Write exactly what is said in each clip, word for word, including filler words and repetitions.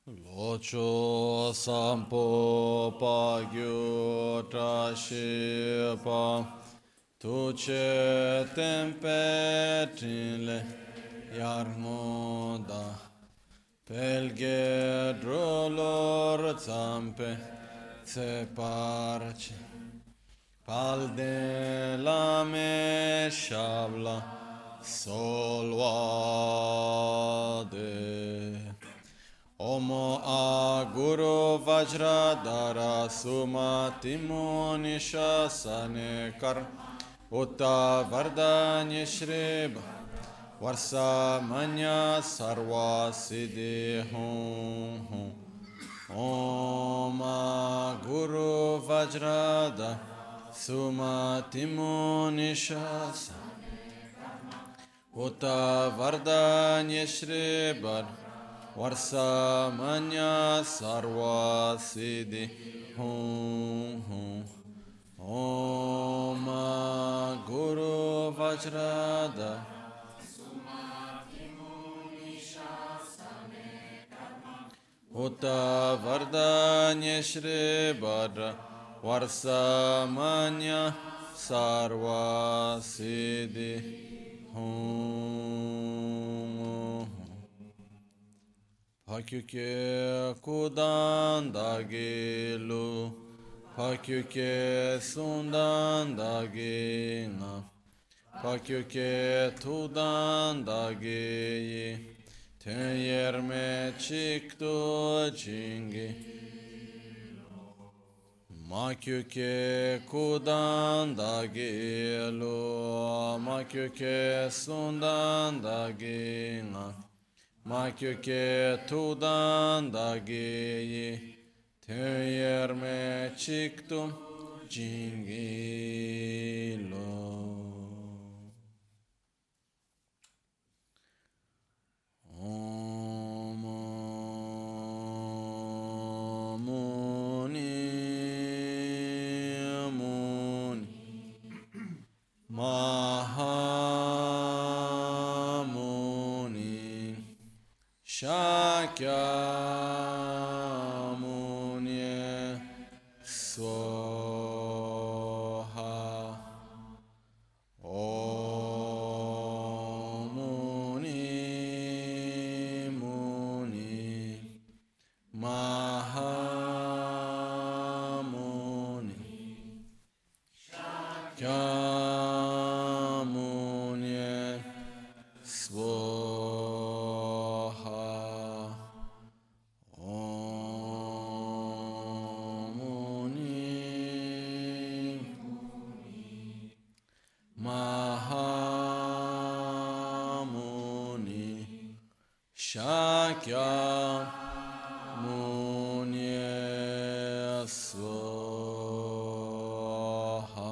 Locho sampo pagyo trashi pa tuche tempe trile yarmoda pelge drolor zampe separci palde lame shabla solvade Omo a Guru Vajradhara Sumati Munisha Sanekar Utta Vardanya Shriba Varsa Manya Sarva Siddhi Hum Hum Om a Guru Vajradhara Sumati Munisha Utta Vardanya Shriba Varsa Manya Sarva Siddhi Hum Hum Om Guru Vajrada Utta Vardanya Shri Bhadra Varsa Manya Sarva Siddhi Hum Pakyuke kudan dagilu, pakyuke sundan dagina, pakyuke tudan dagiyi, tenyerme çıktı cingi. Makyuke kudan dagilu, makyuke sundan dagina, Makyuke tudan dagiyi Teyerme çıktım cingilo Om Muni Muni Mahamuni Shakyamuni Swaha Om Muni Muni Mahamuni Shakyamuni Swaha Mahamuni Shakya Muni Swaha.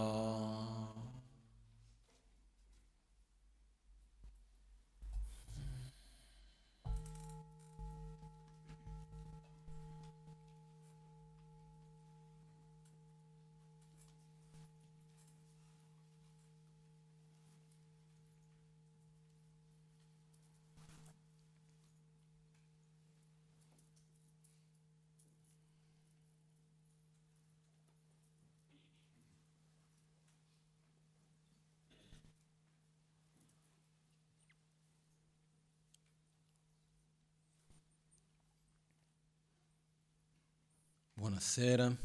Buonasera.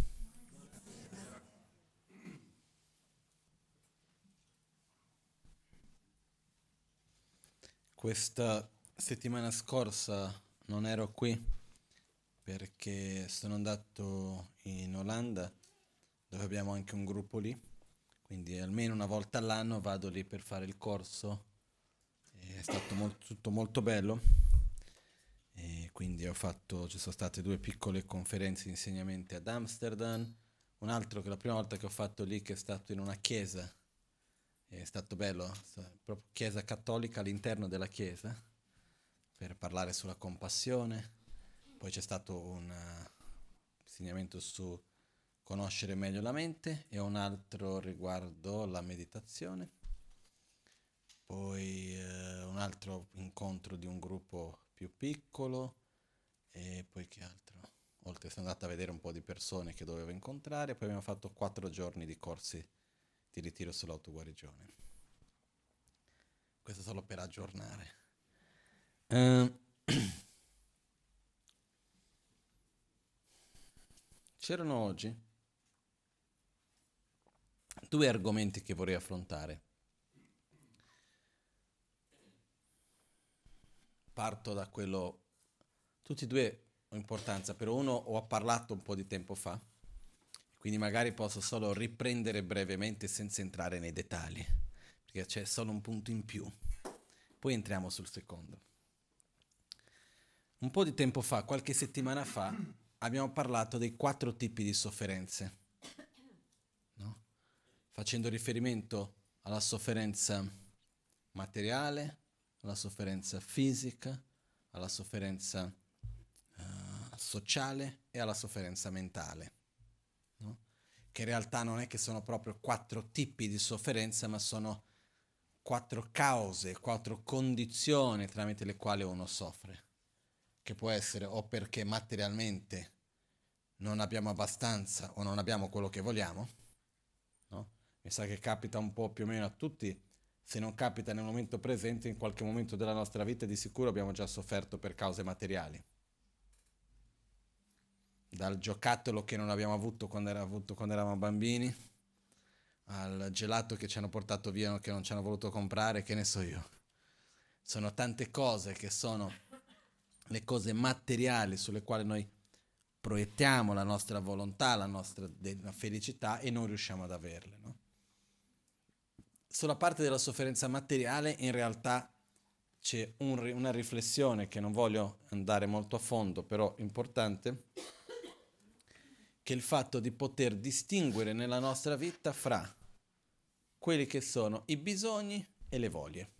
Questa settimana scorsa non ero qui perché sono andato in Olanda dove abbiamo anche un gruppo lì, quindi almeno una volta all'anno vado lì per fare il corso. È stato mol- tutto molto bello e quindi ho fatto, ci sono state due piccole conferenze di insegnamenti ad Amsterdam, un altro che la prima volta che ho fatto lì che è stato in una chiesa, è stato bello, sta- proprio chiesa cattolica all'interno della chiesa per parlare sulla compassione. Poi c'è stato un eh, insegnamento su conoscere meglio la mente e un altro riguardo la meditazione. Poi eh, un altro incontro di un gruppo più piccolo e poi che altro? Oltre sono andato a vedere un po' di persone che dovevo incontrare, poi abbiamo fatto quattro giorni di corsi di ritiro sull'autoguarigione. Questo solo per aggiornare. Uh, C'erano oggi due argomenti che vorrei affrontare. Parto da quello, tutti e due ho importanza, però uno ho parlato un po' di tempo fa, quindi magari posso solo riprendere brevemente senza entrare nei dettagli, perché c'è solo un punto in più. Poi entriamo sul secondo. Un po' di tempo fa, qualche settimana fa, abbiamo parlato dei quattro tipi di sofferenze, no? Facendo riferimento alla sofferenza materiale, alla sofferenza fisica, alla sofferenza uh, sociale e alla sofferenza mentale, no? Che in realtà non è che sono proprio quattro tipi di sofferenza, ma sono quattro cause, quattro condizioni tramite le quali uno soffre, che può essere o perché materialmente non abbiamo abbastanza o non abbiamo quello che vogliamo, no? Mi sa che capita un po' più o meno a tutti. Se non capita nel momento presente, in qualche momento della nostra vita di sicuro abbiamo già sofferto per cause materiali. Dal giocattolo che non abbiamo avuto quando, era avuto quando eravamo bambini, al gelato che ci hanno portato via che non ci hanno voluto comprare, che ne so io. Sono tante cose che sono le cose materiali sulle quali noi proiettiamo la nostra volontà, la nostra la felicità e non riusciamo ad averle, no? Sulla parte della sofferenza materiale in realtà c'è un, una riflessione che non voglio andare molto a fondo, però importante, che è il fatto di poter distinguere nella nostra vita fra quelli che sono i bisogni e le voglie.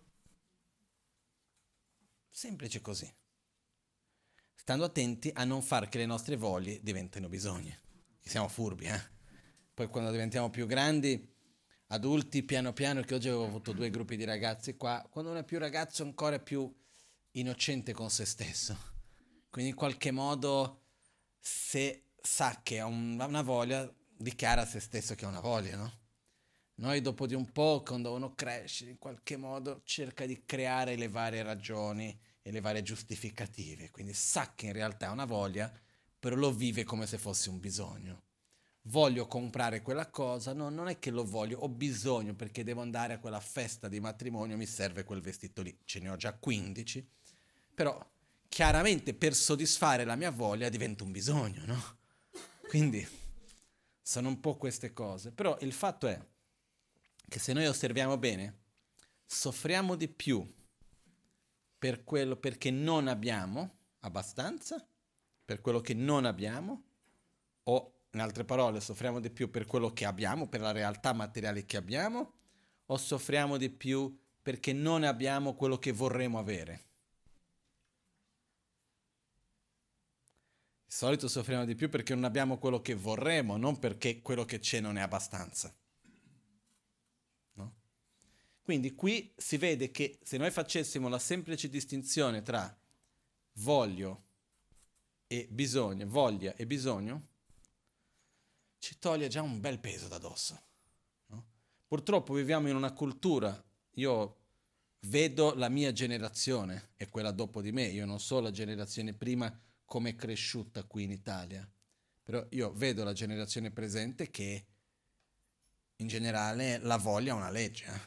Semplice così. Stando attenti a non far che le nostre voglie diventino bisogni. Che siamo furbi, eh? Poi quando diventiamo più grandi, adulti, piano piano, che oggi avevo avuto due gruppi di ragazzi qua, quando uno è più ragazzo ancora è più innocente con se stesso. Quindi in qualche modo, se sa che ha un, una voglia, dichiara a se stesso che ha una voglia, no? Noi dopo di un po', quando uno cresce, in qualche modo cerca di creare le varie ragioni e le varie giustificative, quindi sa che in realtà ha una voglia, però lo vive come se fosse un bisogno. Voglio comprare quella cosa, no, non è che lo voglio, ho bisogno perché devo andare a quella festa di matrimonio, mi serve quel vestito lì, ce ne ho già quindici, però chiaramente per soddisfare la mia voglia diventa un bisogno, no? Quindi sono un po' queste cose, però il fatto è che se noi osserviamo bene, soffriamo di più per quello perché non abbiamo abbastanza, per quello che non abbiamo, o in altre parole soffriamo di più per quello che abbiamo, per la realtà materiale che abbiamo, o soffriamo di più perché non abbiamo quello che vorremmo avere. Di solito soffriamo di più perché non abbiamo quello che vorremmo, non perché quello che c'è non è abbastanza. No? Quindi qui si vede che se noi facessimo la semplice distinzione tra voglio e bisogno, voglia e bisogno, ci toglie già un bel peso da dosso. No? Purtroppo viviamo in una cultura, io vedo la mia generazione e quella dopo di me, io non so la generazione prima come è cresciuta qui in Italia, però io vedo la generazione presente che in generale la voglia è una legge, eh?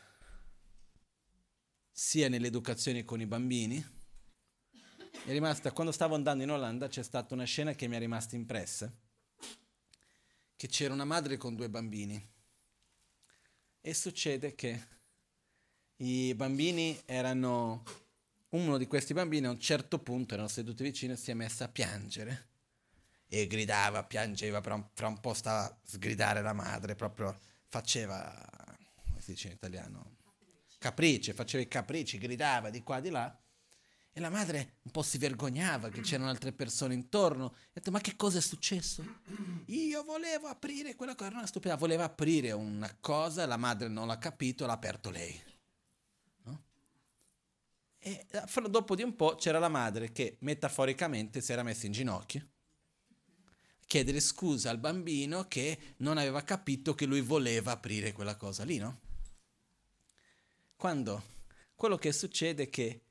Sia nell'educazione con i bambini. È rimasta, quando stavo andando in Olanda c'è stata una scena che mi è rimasta impressa, che c'era una madre con due bambini e succede che i bambini erano, uno di questi bambini a un certo punto erano seduti vicino e si è messa a piangere e gridava, piangeva, fra un, fra un po' stava a sgridare la madre, proprio faceva, come si dice in italiano? Capricci, faceva i capricci, gridava di qua di là. E la madre un po' si vergognava che c'erano altre persone intorno. Ha detto, ma che cosa è successo? Io volevo aprire quella cosa, era una stupida, voleva aprire una cosa, la madre non l'ha capito, l'ha aperto lei. No? E dopo di un po' c'era la madre che metaforicamente si era messa in ginocchio, chiedere scusa al bambino che non aveva capito che lui voleva aprire quella cosa lì, no? Quando quello che succede è che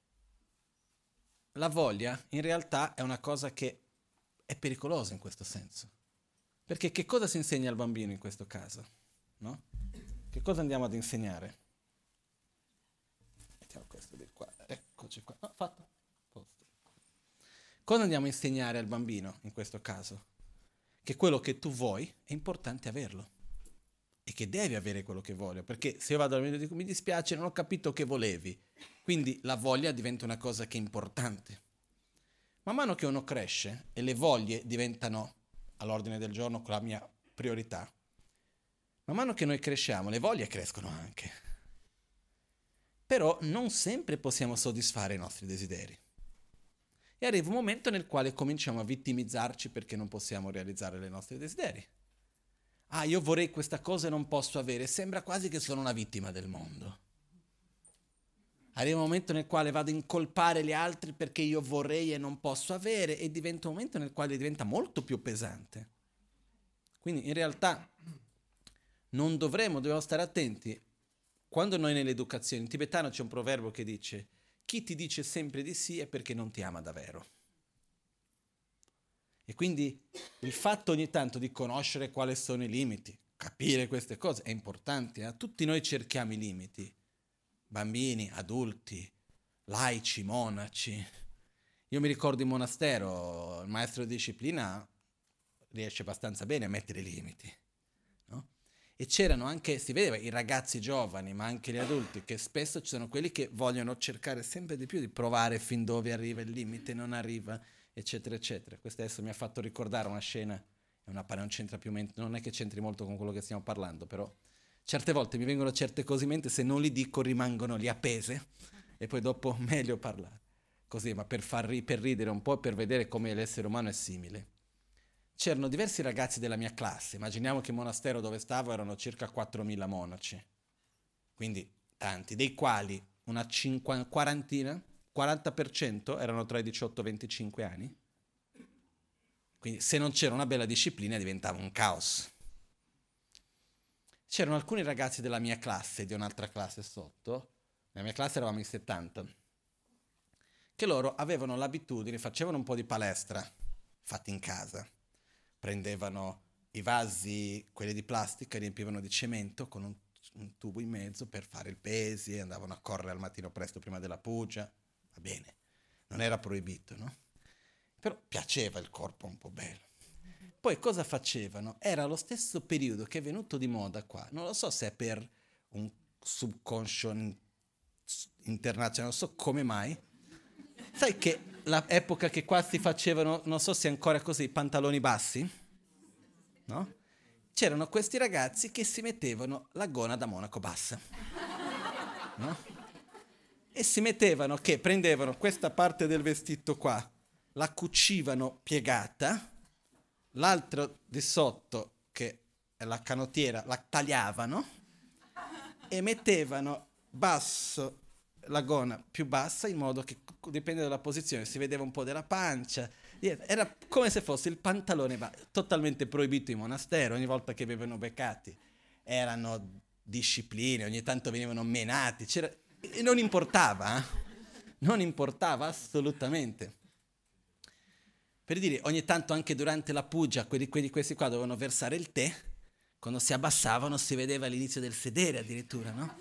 la voglia in realtà è una cosa che è pericolosa in questo senso. Perché che cosa si insegna al bambino in questo caso? No? Che cosa andiamo ad insegnare? Mettiamo questo di qua, eccoci qua. Ah, fatto. Posto. Cosa andiamo a insegnare al bambino in questo caso? Che quello che tu vuoi è importante averlo. E che devi avere quello che voglio. Perché se io vado al bambino e dico mi dispiace, non ho capito che volevi. Quindi la voglia diventa una cosa che è importante. Man mano che uno cresce e le voglie diventano all'ordine del giorno con la mia priorità, man mano che noi cresciamo, le voglie crescono anche. Però non sempre possiamo soddisfare i nostri desideri. E arriva un momento nel quale cominciamo a vittimizzarci perché non possiamo realizzare i nostri desideri. Ah, io vorrei questa cosa e non posso avere. Sembra quasi che sono una vittima del mondo. Arriva un momento nel quale vado a incolpare gli altri perché io vorrei e non posso avere, e diventa un momento nel quale diventa molto più pesante. Quindi in realtà non dovremmo, dobbiamo stare attenti. Quando noi nell'educazione, in tibetano c'è un proverbio che dice: chi ti dice sempre di sì è perché non ti ama davvero. E quindi il fatto ogni tanto di conoscere quali sono i limiti, capire queste cose è importante. Eh? Tutti noi cerchiamo i limiti. Bambini, adulti, laici, monaci. Io mi ricordo in monastero, il maestro di disciplina riesce abbastanza bene a mettere i limiti, no? E c'erano anche, si vedeva, i ragazzi giovani, ma anche gli adulti, che spesso ci sono quelli che vogliono cercare sempre di più di provare fin dove arriva il limite, non arriva, eccetera, eccetera. Questo adesso mi ha fatto ricordare una scena, è una non c'entra più, non è che c'entri molto con quello che stiamo parlando, però certe volte mi vengono certe cose in mente, se non li dico rimangono lì appese e poi dopo meglio parlare. Così, ma per, far ri- per ridere un po' e per vedere come l'essere umano è simile. C'erano diversi ragazzi della mia classe, immaginiamo che il monastero dove stavo erano circa quattromila monaci, quindi tanti, dei quali una cinquanta, quarantina, quaranta per cento erano tra i diciotto e i venticinque anni. Quindi se non c'era una bella disciplina diventava un caos. C'erano alcuni ragazzi della mia classe, di un'altra classe sotto, nella mia classe eravamo in settanta, che loro avevano l'abitudine, facevano un po' di palestra, fatti in casa, prendevano i vasi, quelli di plastica, riempivano di cemento con un, un tubo in mezzo per fare il pesi, e andavano a correre al mattino presto prima della pugia, va bene, non era proibito, no? Però piaceva il corpo un po' bello. Poi cosa facevano? Era lo stesso periodo che è venuto di moda qua, non lo so se è per un subconscio internazionale, non so come mai. Sai che l'epoca che qua si facevano, non so se è ancora così, i pantaloni bassi? No? C'erano questi ragazzi che si mettevano la gonna da monaco bassa. No? E si mettevano che prendevano questa parte del vestito qua, la cucivano piegata, l'altro di sotto, che è la canottiera, la tagliavano e mettevano basso la gonna più bassa, in modo che, dipende dalla posizione, si vedeva un po' della pancia. Era come se fosse il pantalone ba- totalmente proibito in monastero. Ogni volta che venivano beccati erano discipline, ogni tanto venivano menati, c'era, e non importava, eh? Non importava assolutamente. Per dire, ogni tanto anche durante la pugia, quelli, quelli questi qua dovevano versare il tè, quando si abbassavano si vedeva l'inizio del sedere addirittura, no?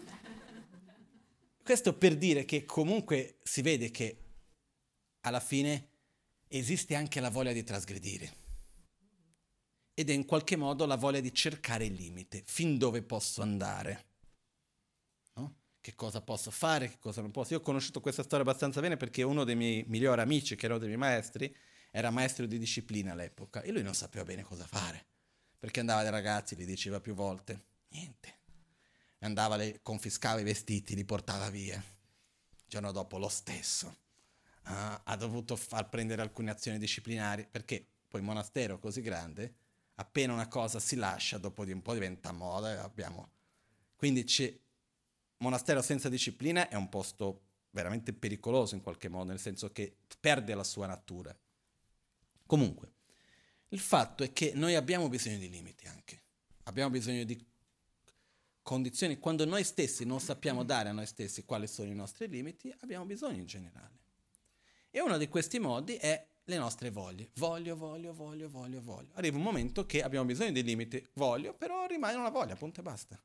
Questo per dire che comunque si vede che alla fine esiste anche la voglia di trasgredire. Ed è in qualche modo la voglia di cercare il limite, fin dove posso andare. No? Che cosa posso fare, che cosa non posso. Io ho conosciuto questa storia abbastanza bene perché uno dei miei migliori amici, che era uno dei miei maestri, era maestro di disciplina all'epoca e lui non sapeva bene cosa fare, perché andava dai ragazzi, gli diceva più volte, niente. Andava, le confiscava i vestiti, li portava via. Il giorno dopo lo stesso. Uh, ha dovuto far prendere alcune azioni disciplinari, perché poi il monastero così grande, appena una cosa si lascia, dopo di un po' diventa moda. Abbiamo... Quindi c'è monastero senza disciplina è un posto veramente pericoloso in qualche modo, nel senso che perde la sua natura. Comunque, il fatto è che noi abbiamo bisogno di limiti anche, abbiamo bisogno di condizioni, quando noi stessi non sappiamo dare a noi stessi quali sono i nostri limiti, abbiamo bisogno in generale. E uno di questi modi è le nostre voglie. Voglio, voglio, voglio, voglio, voglio. Arriva un momento che abbiamo bisogno di limiti, voglio, però rimane una voglia, punto e basta.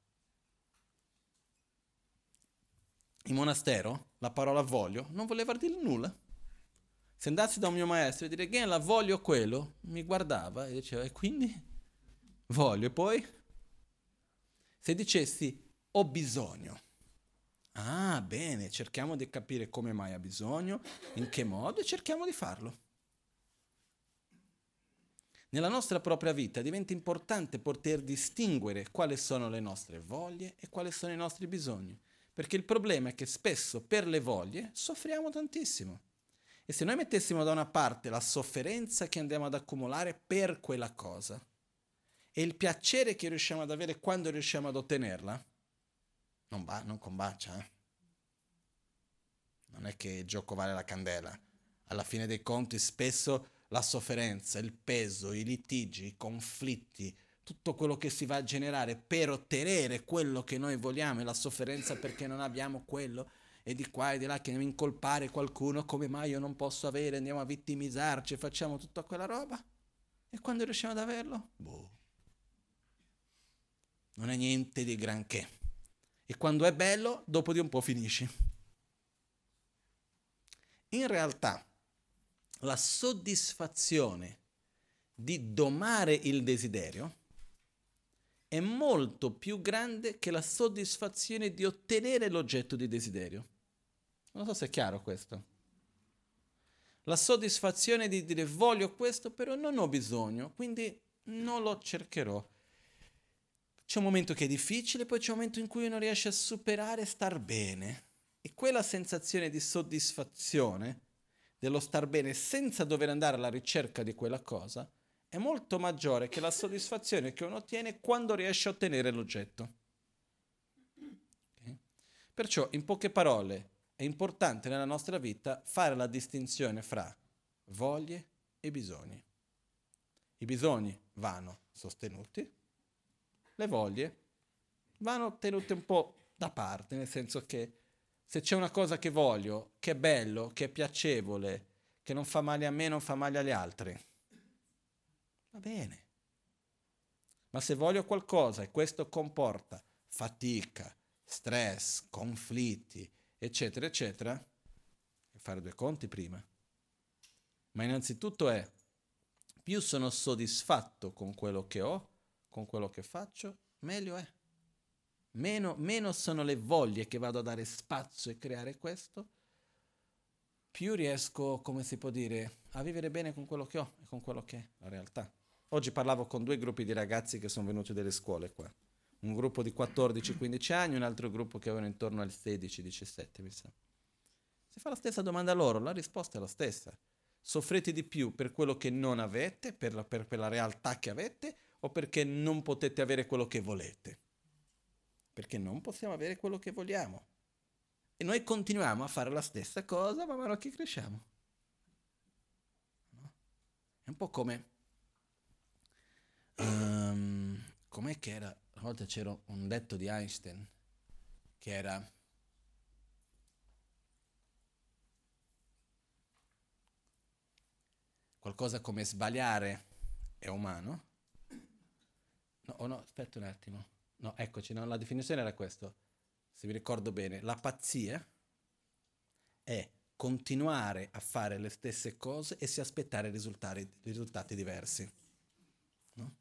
In monastero la parola voglio non voleva dire nulla. Se andassi da un mio maestro e dire che la voglio quello, mi guardava e diceva e quindi voglio e poi? Se dicessi ho bisogno, ah bene, cerchiamo di capire come mai ha bisogno, in che modo e cerchiamo di farlo. Nella nostra propria vita diventa importante poter distinguere quali sono le nostre voglie e quali sono i nostri bisogni, perché il problema è che spesso per le voglie soffriamo tantissimo. E se noi mettessimo da una parte la sofferenza che andiamo ad accumulare per quella cosa e il piacere che riusciamo ad avere quando riusciamo ad ottenerla, non, va, non combacia. Eh? Non è che il gioco vale la candela. Alla fine dei conti spesso la sofferenza, il peso, i litigi, i conflitti, tutto quello che si va a generare per ottenere quello che noi vogliamo e la sofferenza perché non abbiamo quello e di qua e di là che andiamo a incolpare qualcuno, come mai io non posso avere, andiamo a vittimizzarci, facciamo tutta quella roba e quando riusciamo ad averlo? Boh. Non è niente di granché. E quando è bello, dopo di un po' finisci. In realtà, la soddisfazione di domare il desiderio è molto più grande che la soddisfazione di ottenere l'oggetto di desiderio. Non so se è chiaro questo. La soddisfazione di dire voglio questo, però non ho bisogno, quindi non lo cercherò. C'è un momento che è difficile, poi c'è un momento in cui uno riesce a superare e star bene. E quella sensazione di soddisfazione, dello star bene senza dover andare alla ricerca di quella cosa, è molto maggiore che la soddisfazione che uno ottiene quando riesce a ottenere l'oggetto. Okay? Perciò, in poche parole, è importante nella nostra vita fare la distinzione fra voglie e bisogni. I bisogni vanno sostenuti, le voglie vanno tenute un po' da parte, nel senso che se c'è una cosa che voglio, che è bello, che è piacevole, che non fa male a me, non fa male agli altri, va bene. Ma se voglio qualcosa e questo comporta fatica, stress, conflitti, eccetera, eccetera, devo fare due conti prima. Ma innanzitutto è, più sono soddisfatto con quello che ho, con quello che faccio, meglio è. Meno, meno sono le voglie che vado a dare spazio e creare questo, più riesco, come si può dire, a vivere bene con quello che ho e con quello che è la realtà. Oggi parlavo con due gruppi di ragazzi che sono venuti dalle scuole qua. Un gruppo di quattordici quindici anni, un altro gruppo che avevano intorno al sedici diciassette, mi sa. Si fa la stessa domanda a loro, la risposta è la stessa. Soffrite di più per quello che non avete, per la, per, per la realtà che avete, o perché non potete avere quello che volete? Perché non possiamo avere quello che vogliamo. E noi continuiamo a fare la stessa cosa man mano che cresciamo. No? È un po' come... Um, com'è che era? Una volta c'era un detto di Einstein che era... qualcosa come sbagliare è umano. No, oh no, aspetta un attimo. No, eccoci, no, la definizione era questo. Se vi ricordo bene, la pazzia è continuare a fare le stesse cose e si aspettare risultati, risultati diversi. No?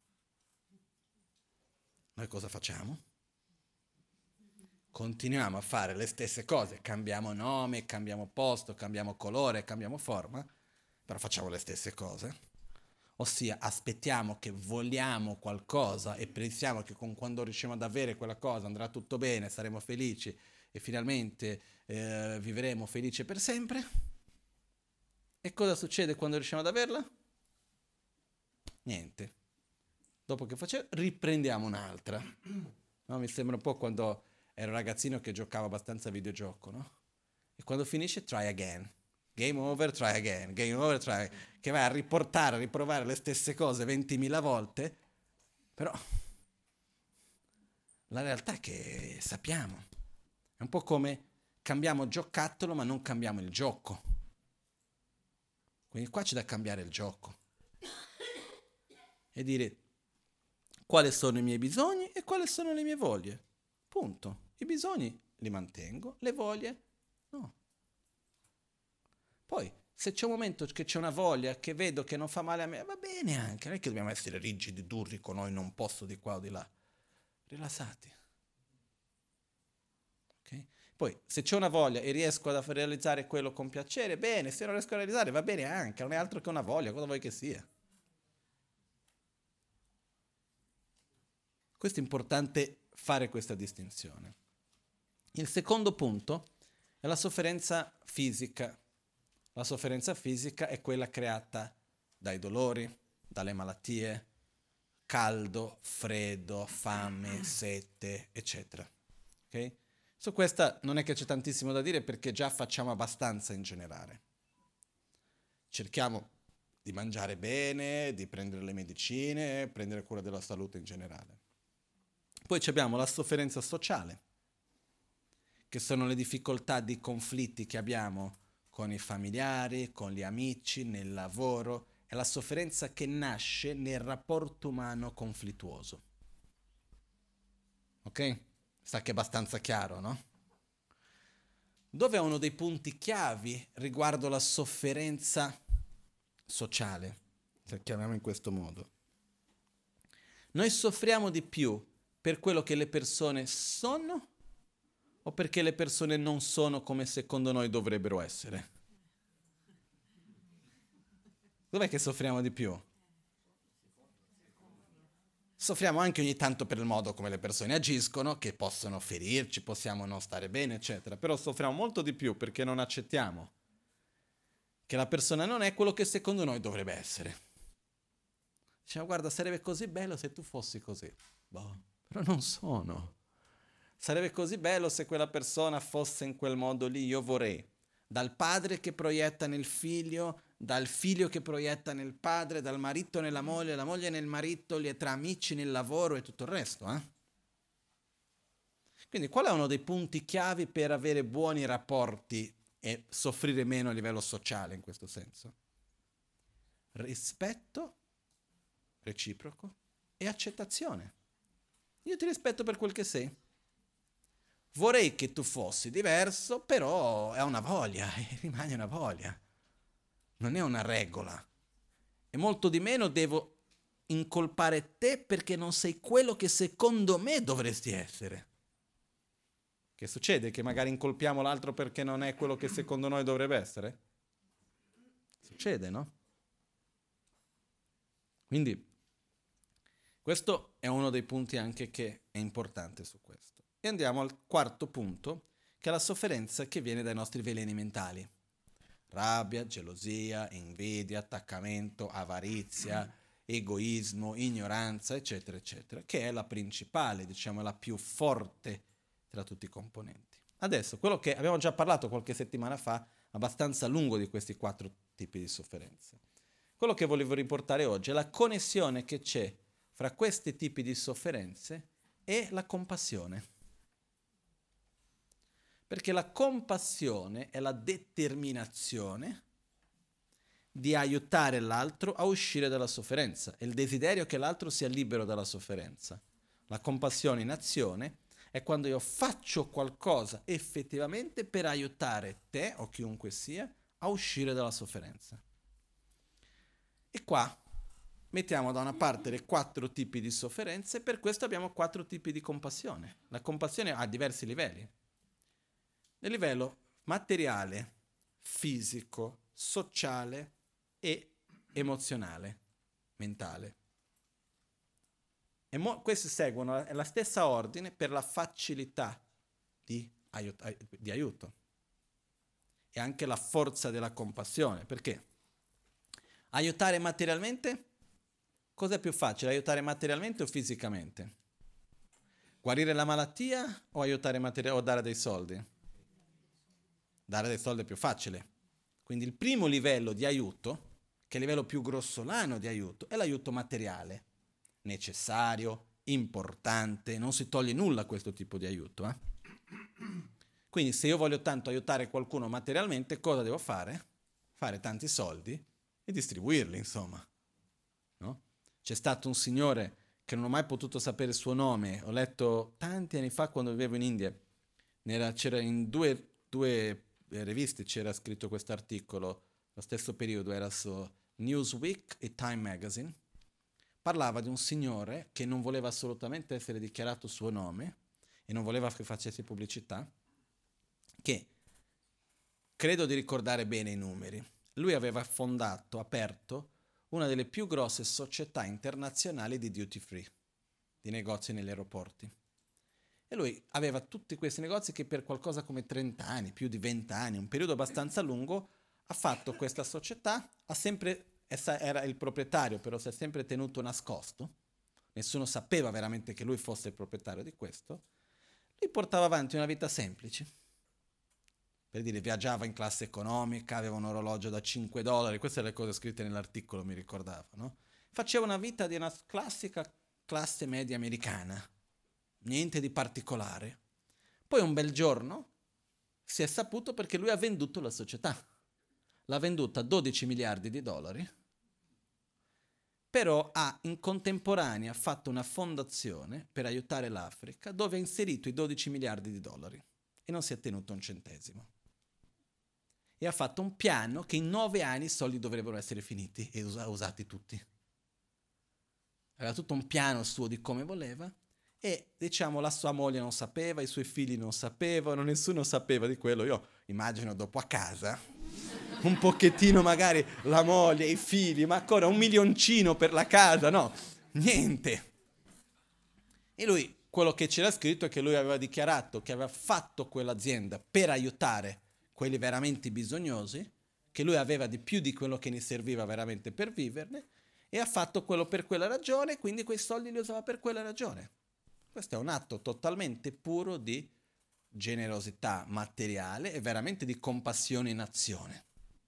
Noi cosa facciamo? Continuiamo a fare le stesse cose, cambiamo nome, cambiamo posto, cambiamo colore, cambiamo forma, però facciamo le stesse cose. Ossia, aspettiamo che vogliamo qualcosa e pensiamo che con, quando riusciamo ad avere quella cosa andrà tutto bene, saremo felici e finalmente eh, vivremo felici per sempre. E cosa succede quando riusciamo ad averla? Niente. Dopo che facciamo, riprendiamo un'altra. No, mi sembra un po' quando ero ragazzino che giocavo abbastanza a videogioco, no? E quando finisce, try again. Game over, try again. Game over, try again. Che vai a riportare, a riprovare le stesse cose ventimila volte, però la realtà è che sappiamo. È un po' come cambiamo giocattolo ma non cambiamo il gioco. Quindi qua c'è da cambiare il gioco. E dire quali sono i miei bisogni e quali sono le mie voglie. Punto. I bisogni li mantengo, le voglie no. Poi, se c'è un momento che c'è una voglia che vedo che non fa male a me, va bene anche, non è che dobbiamo essere rigidi, durri con noi, non posso di qua o di là. Rilassati. Okay? Poi, se c'è una voglia e riesco a realizzare quello con piacere, bene, se non riesco a realizzare va bene anche, non è altro che una voglia, cosa vuoi che sia. Questo è importante fare questa distinzione. Il secondo punto è la sofferenza fisica. La sofferenza fisica è quella creata dai dolori, dalle malattie, caldo, freddo, fame, sete, eccetera. Okay? Su questa non è che c'è tantissimo da dire perché già facciamo abbastanza in generale. Cerchiamo di mangiare bene, di prendere le medicine, prendere cura della salute in generale. Poi abbiamo la sofferenza sociale, che sono le difficoltà di conflitti che abbiamo con i familiari, con gli amici, nel lavoro. È la sofferenza che nasce nel rapporto umano conflittuoso. Ok? Sta che è abbastanza chiaro, no? Dove è uno dei punti chiavi riguardo la sofferenza sociale, se chiamiamo in questo modo. Noi soffriamo di più per quello che le persone sono o perché le persone non sono come secondo noi dovrebbero essere? Dov'è che soffriamo di più? Soffriamo anche ogni tanto per il modo come le persone agiscono, che possono ferirci, possiamo non stare bene, eccetera. Però soffriamo molto di più perché non accettiamo che la persona non è quello che secondo noi dovrebbe essere. Diciamo, guarda, sarebbe così bello se tu fossi così. Boh, però non sono. Sarebbe così bello se quella persona fosse in quel modo lì, io vorrei. Dal padre che proietta nel figlio, dal figlio che proietta nel padre, dal marito nella moglie, la moglie nel marito, tra amici nel lavoro e tutto il resto. Eh? Quindi qual è uno dei punti chiavi per avere buoni rapporti e soffrire meno a livello sociale in questo senso? Rispetto reciproco e accettazione. Io ti rispetto per quel che sei. Vorrei che tu fossi diverso, però è una voglia, e rimane una voglia. Non è una regola. E molto di meno devo incolpare te perché non sei quello che secondo me dovresti essere. Che succede? Che magari incolpiamo l'altro perché non è quello che secondo noi dovrebbe essere? Succede, no? Quindi questo è uno dei punti anche che è importante su questo. E andiamo al quarto punto, che è la sofferenza che viene dai nostri veleni mentali. Rabbia, gelosia, invidia, attaccamento, avarizia, egoismo, ignoranza, eccetera, eccetera, che è la principale, diciamo, la più forte tra tutti i componenti. Adesso, quello che abbiamo già parlato qualche settimana fa, abbastanza lungo di questi quattro tipi di sofferenze. Quello che volevo riportare oggi è la connessione che c'è fra questi tipi di sofferenze e la compassione. Perché la compassione è la determinazione di aiutare l'altro a uscire dalla sofferenza, è il desiderio che l'altro sia libero dalla sofferenza. La compassione in azione è quando io faccio qualcosa effettivamente per aiutare te o chiunque sia a uscire dalla sofferenza. E qua mettiamo da una parte le quattro tipi di sofferenze, per questo abbiamo quattro tipi di compassione. La compassione ha diversi livelli. Nel livello materiale, fisico, sociale e emozionale, mentale. E mo- questi seguono la, la stessa ordine per la facilità di, aiut- di aiuto e anche la forza della compassione. Perché? Aiutare materialmente? Cosa è più facile, aiutare materialmente o fisicamente? Guarire la malattia o aiutare materialmente o dare dei soldi? dare dei soldi è più facile. Quindi il primo livello di aiuto, che è il livello più grossolano di aiuto, è l'aiuto materiale, necessario, importante, non si toglie nulla a questo tipo di aiuto. Eh? Quindi se io voglio tanto aiutare qualcuno materialmente, cosa devo fare? Fare tanti soldi e distribuirli, insomma. No? C'è stato un signore che non ho mai potuto sapere il suo nome, ho letto tanti anni fa quando vivevo in India, Nera, c'era in due, due riviste c'era scritto questo articolo, lo stesso periodo, era su Newsweek e Time Magazine, parlava di un signore che non voleva assolutamente essere dichiarato il suo nome e non voleva che facessi pubblicità, che credo di ricordare bene i numeri. Lui aveva fondato, aperto, una delle più grosse società internazionali di duty free, di negozi negli aeroporti. E lui aveva tutti questi negozi che per qualcosa come trenta anni, più di venti anni, un periodo abbastanza lungo, ha fatto questa società, ha sempre, era il proprietario, però si è sempre tenuto nascosto, nessuno sapeva veramente che lui fosse il proprietario di questo, lui portava avanti una vita semplice. Per dire, viaggiava in classe economica, aveva un orologio da cinque dollari, queste sono le cose scritte nell'articolo, mi ricordavo, no? Faceva una vita di una classica classe media americana, niente di particolare. Poi un bel giorno si è saputo perché lui ha venduto la società. L'ha venduta a dodici miliardi di dollari, però ha in contemporanea fatto una fondazione per aiutare l'Africa dove ha inserito i dodici miliardi di dollari e non si è tenuto un centesimo. E ha fatto un piano che in nove anni i soldi dovrebbero essere finiti e us- usati tutti. Aveva tutto un piano suo di come voleva e, diciamo, la sua moglie non sapeva, i suoi figli non sapevano, nessuno sapeva di quello. Io immagino dopo a casa, un pochettino magari la moglie, i figli, ma ancora un milioncino per la casa, no, niente. E lui, quello che c'era scritto è che lui aveva dichiarato che aveva fatto quell'azienda per aiutare quelli veramente bisognosi, che lui aveva di più di quello che ne serviva veramente per viverne, e ha fatto quello per quella ragione, quindi quei soldi li usava per quella ragione. Questo è un atto totalmente puro di generosità materiale e veramente di compassione in azione,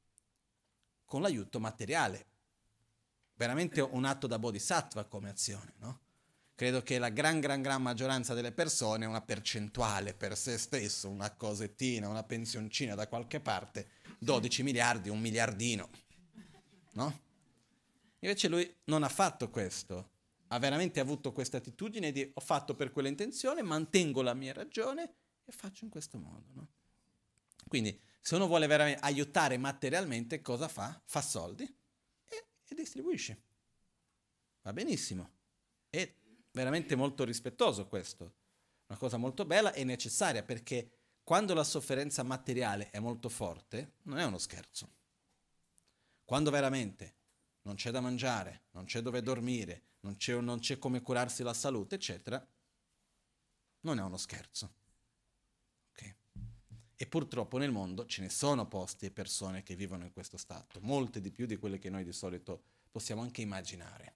con l'aiuto materiale. Veramente un atto da bodhisattva come azione, no? Credo che la gran gran gran maggioranza delle persone, una percentuale per se stesso, una cosettina, una pensioncina da qualche parte, dodici miliardi, un miliardino, no? Invece lui non ha fatto questo, ha veramente avuto questa attitudine di ho fatto per quella intenzione, mantengo la mia ragione e faccio in questo modo, no? Quindi se uno vuole veramente aiutare materialmente, cosa fa? Fa soldi e, e distribuisce. Va benissimo. È veramente molto rispettoso questo. Una cosa molto bella e necessaria perché quando la sofferenza materiale è molto forte, non è uno scherzo. Quando veramente non c'è da mangiare, non c'è dove dormire, non c'è, non c'è come curarsi la salute, eccetera, non è uno scherzo. Okay. E purtroppo nel mondo ce ne sono posti e persone che vivono in questo stato, molte di più di quelle che noi di solito possiamo anche immaginare.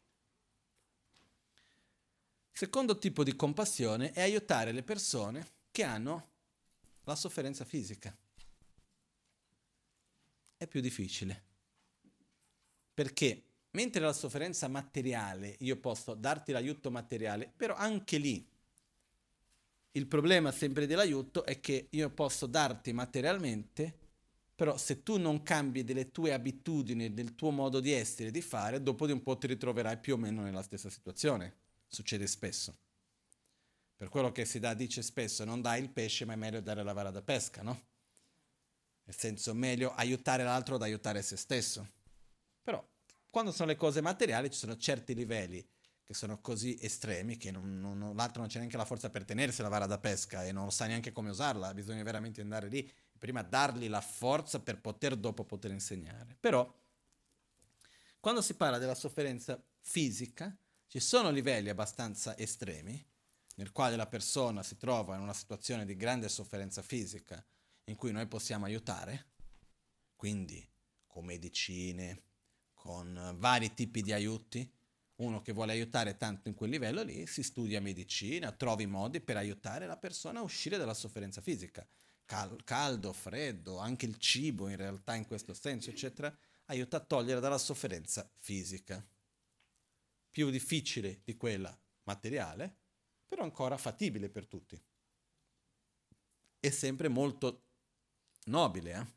Il secondo tipo di compassione è aiutare le persone che hanno la sofferenza fisica. È più difficile. Perché mentre la sofferenza materiale, io posso darti l'aiuto materiale, però anche lì il problema sempre dell'aiuto è che io posso darti materialmente, però se tu non cambi delle tue abitudini, del tuo modo di essere, di fare, dopo di un po' ti ritroverai più o meno nella stessa situazione. Succede spesso. Per quello che si dà, dice spesso, non dai il pesce, ma è meglio dare la vara da pesca, no? Nel senso, meglio aiutare l'altro ad aiutare se stesso. Però, quando sono le cose materiali, ci sono certi livelli che sono così estremi che non, non, l'altro non c'è neanche la forza per tenersi la vara da pesca e non sa neanche come usarla, bisogna veramente andare lì, prima dargli la forza per poter dopo poter insegnare. Però, quando si parla della sofferenza fisica, ci sono livelli abbastanza estremi, nel quale la persona si trova in una situazione di grande sofferenza fisica, in cui noi possiamo aiutare, quindi con medicine, con vari tipi di aiuti. Uno che vuole aiutare tanto in quel livello lì si studia medicina, trovi modi per aiutare la persona a uscire dalla sofferenza fisica. cal- caldo, freddo, anche il cibo in realtà in questo senso, eccetera, aiuta a togliere dalla sofferenza fisica. Più difficile di quella materiale, però ancora fattibile per tutti. È sempre molto nobile, eh?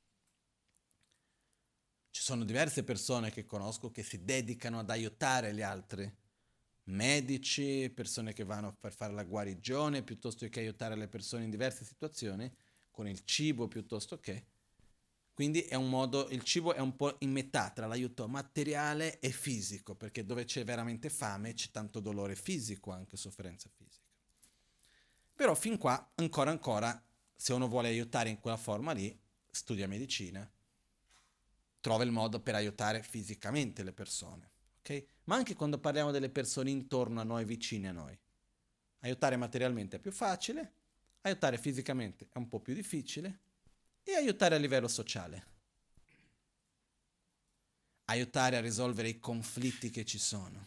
Ci sono diverse persone che conosco che si dedicano ad aiutare gli altri, medici, persone che vanno per fare la guarigione, piuttosto che aiutare le persone in diverse situazioni, con il cibo piuttosto che. Quindi è un modo, il cibo è un po' in metà tra l'aiuto materiale e fisico, perché dove c'è veramente fame c'è tanto dolore fisico, anche sofferenza fisica. Però fin qua, ancora ancora, se uno vuole aiutare in quella forma lì, studia medicina, trova il modo per aiutare fisicamente le persone, ok? Ma anche quando parliamo delle persone intorno a noi, vicine a noi. Aiutare materialmente è più facile, aiutare fisicamente è un po' più difficile e aiutare a livello sociale. Aiutare a risolvere i conflitti che ci sono.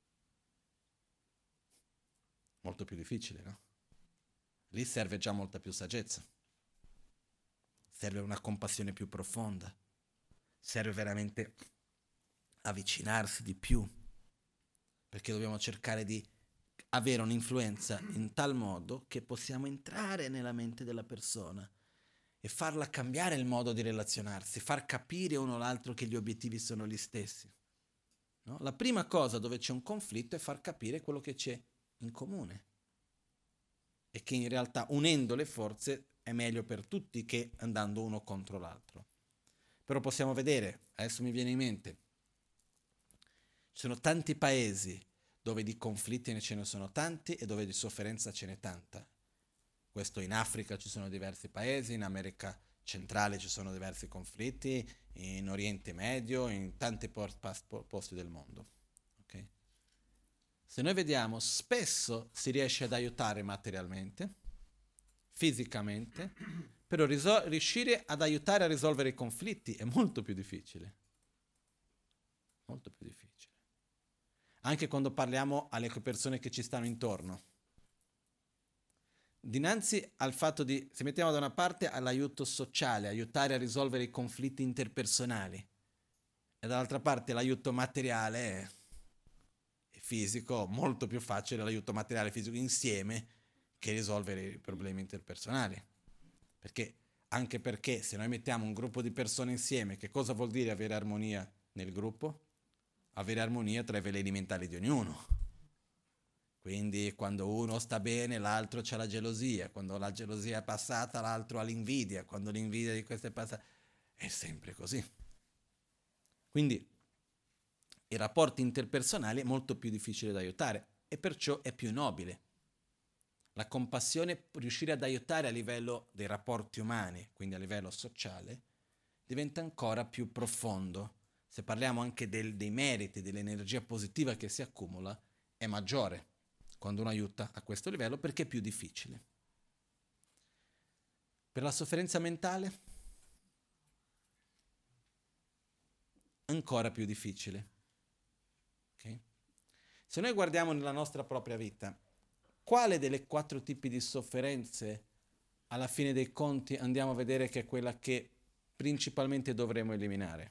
Molto più difficile, no? Lì serve già molta più saggezza. Serve una compassione più profonda. Serve veramente avvicinarsi di più, perché dobbiamo cercare di avere un'influenza in tal modo che possiamo entrare nella mente della persona e farla cambiare il modo di relazionarsi, far capire uno all'altro che gli obiettivi sono gli stessi. No? La prima cosa dove c'è un conflitto è far capire quello che c'è in comune e che in realtà unendo le forze è meglio per tutti che andando uno contro l'altro. Però possiamo vedere, adesso mi viene in mente, ci sono tanti paesi dove di conflitti ce ne sono tanti e dove di sofferenza ce n'è tanta. Questo in Africa ci sono diversi paesi, in America centrale ci sono diversi conflitti, in Oriente Medio, in tanti posti del mondo. Okay? Se noi vediamo, spesso si riesce ad aiutare materialmente, fisicamente, però risol- riuscire ad aiutare a risolvere i conflitti è molto più difficile. Molto più difficile. Anche quando parliamo alle persone che ci stanno intorno. Dinanzi al fatto di, se mettiamo da una parte all'aiuto sociale, aiutare a risolvere i conflitti interpersonali, e dall'altra parte l'aiuto materiale e fisico, molto più facile l'aiuto materiale e fisico insieme che risolvere i problemi interpersonali. Perché, anche perché se noi mettiamo un gruppo di persone insieme, che cosa vuol dire avere armonia nel gruppo? Avere armonia tra i veleni mentali di ognuno. Quindi quando uno sta bene l'altro c'ha la gelosia, quando la gelosia è passata l'altro ha l'invidia, quando l'invidia di questo è passata, è sempre così. Quindi i rapporti interpersonali è molto più difficile da aiutare e perciò è più nobile. La compassione, riuscire ad aiutare a livello dei rapporti umani, quindi a livello sociale, diventa ancora più profondo. Se parliamo anche del, dei meriti, dell'energia positiva che si accumula, è maggiore quando uno aiuta a questo livello perché è più difficile. Per la sofferenza mentale, ancora più difficile. Okay? Se noi guardiamo nella nostra propria vita, quale delle quattro tipi di sofferenze alla fine dei conti andiamo a vedere che è quella che principalmente dovremo eliminare?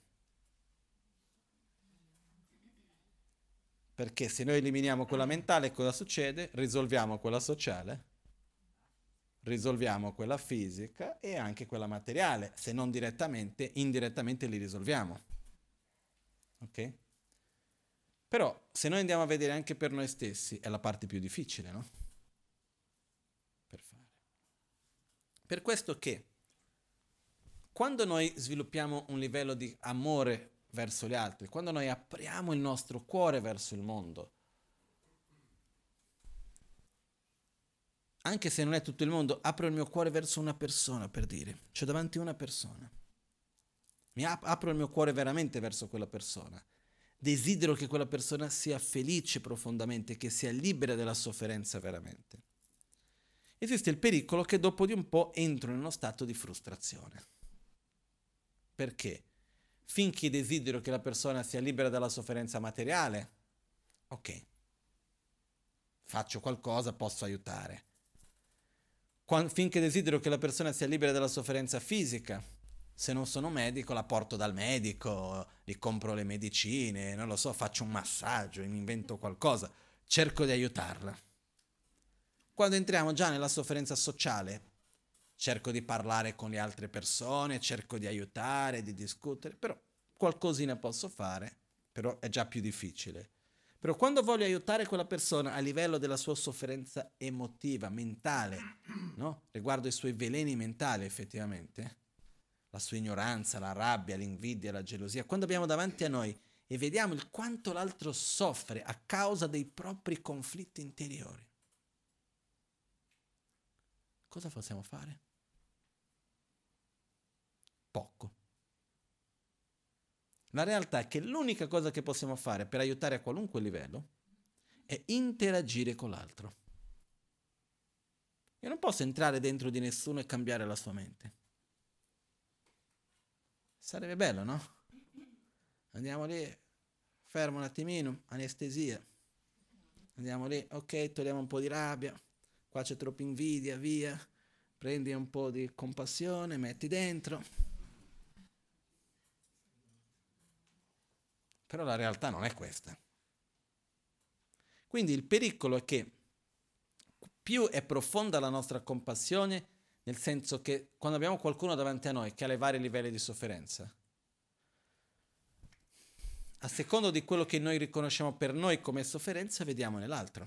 Perché se noi eliminiamo quella mentale, cosa succede? Risolviamo quella sociale, risolviamo quella fisica e anche quella materiale. Se non direttamente, indirettamente li risolviamo. Ok? Però se noi andiamo a vedere anche per noi stessi, è la parte più difficile, no? Per fare. Per questo che quando noi sviluppiamo un livello di amore verso gli altri, quando noi apriamo il nostro cuore verso il mondo, anche se non è tutto il mondo, apro il mio cuore verso una persona, per dire, c'ho davanti una persona, mi ap- apro il mio cuore veramente verso quella persona, desidero che quella persona sia felice profondamente, che sia libera dalla sofferenza veramente. Esiste il pericolo che dopo di un po' entro in uno stato di frustrazione. Perché? Finché desidero che la persona sia libera dalla sofferenza materiale, ok, faccio qualcosa, posso aiutare. Qua- finché desidero che la persona sia libera dalla sofferenza fisica. Se non sono medico, la porto dal medico, gli compro le medicine, non lo so, faccio un massaggio, mi invento qualcosa, cerco di aiutarla. Quando entriamo già nella sofferenza sociale, cerco di parlare con le altre persone, cerco di aiutare, di discutere, però qualcosina posso fare, però è già più difficile. Però quando voglio aiutare quella persona a livello della sua sofferenza emotiva, mentale, no? Riguardo i suoi veleni mentali effettivamente, la sua ignoranza, la rabbia, l'invidia, la gelosia, quando abbiamo davanti a noi e vediamo il quanto l'altro soffre a causa dei propri conflitti interiori, cosa possiamo fare? Poco. La realtà è che l'unica cosa che possiamo fare per aiutare a qualunque livello è interagire con l'altro. Io non posso entrare dentro di nessuno e cambiare la sua mente. Sarebbe bello, no? Andiamo lì, fermo un attimino, anestesia. Andiamo lì, ok, togliamo un po' di rabbia, qua c'è troppa invidia, via. Prendi un po' di compassione, metti dentro. Però la realtà non è questa. Quindi il pericolo è che più è profonda la nostra compassione, nel senso che quando abbiamo qualcuno davanti a noi che ha i vari livelli di sofferenza, a secondo di quello che noi riconosciamo per noi come sofferenza, vediamo nell'altro.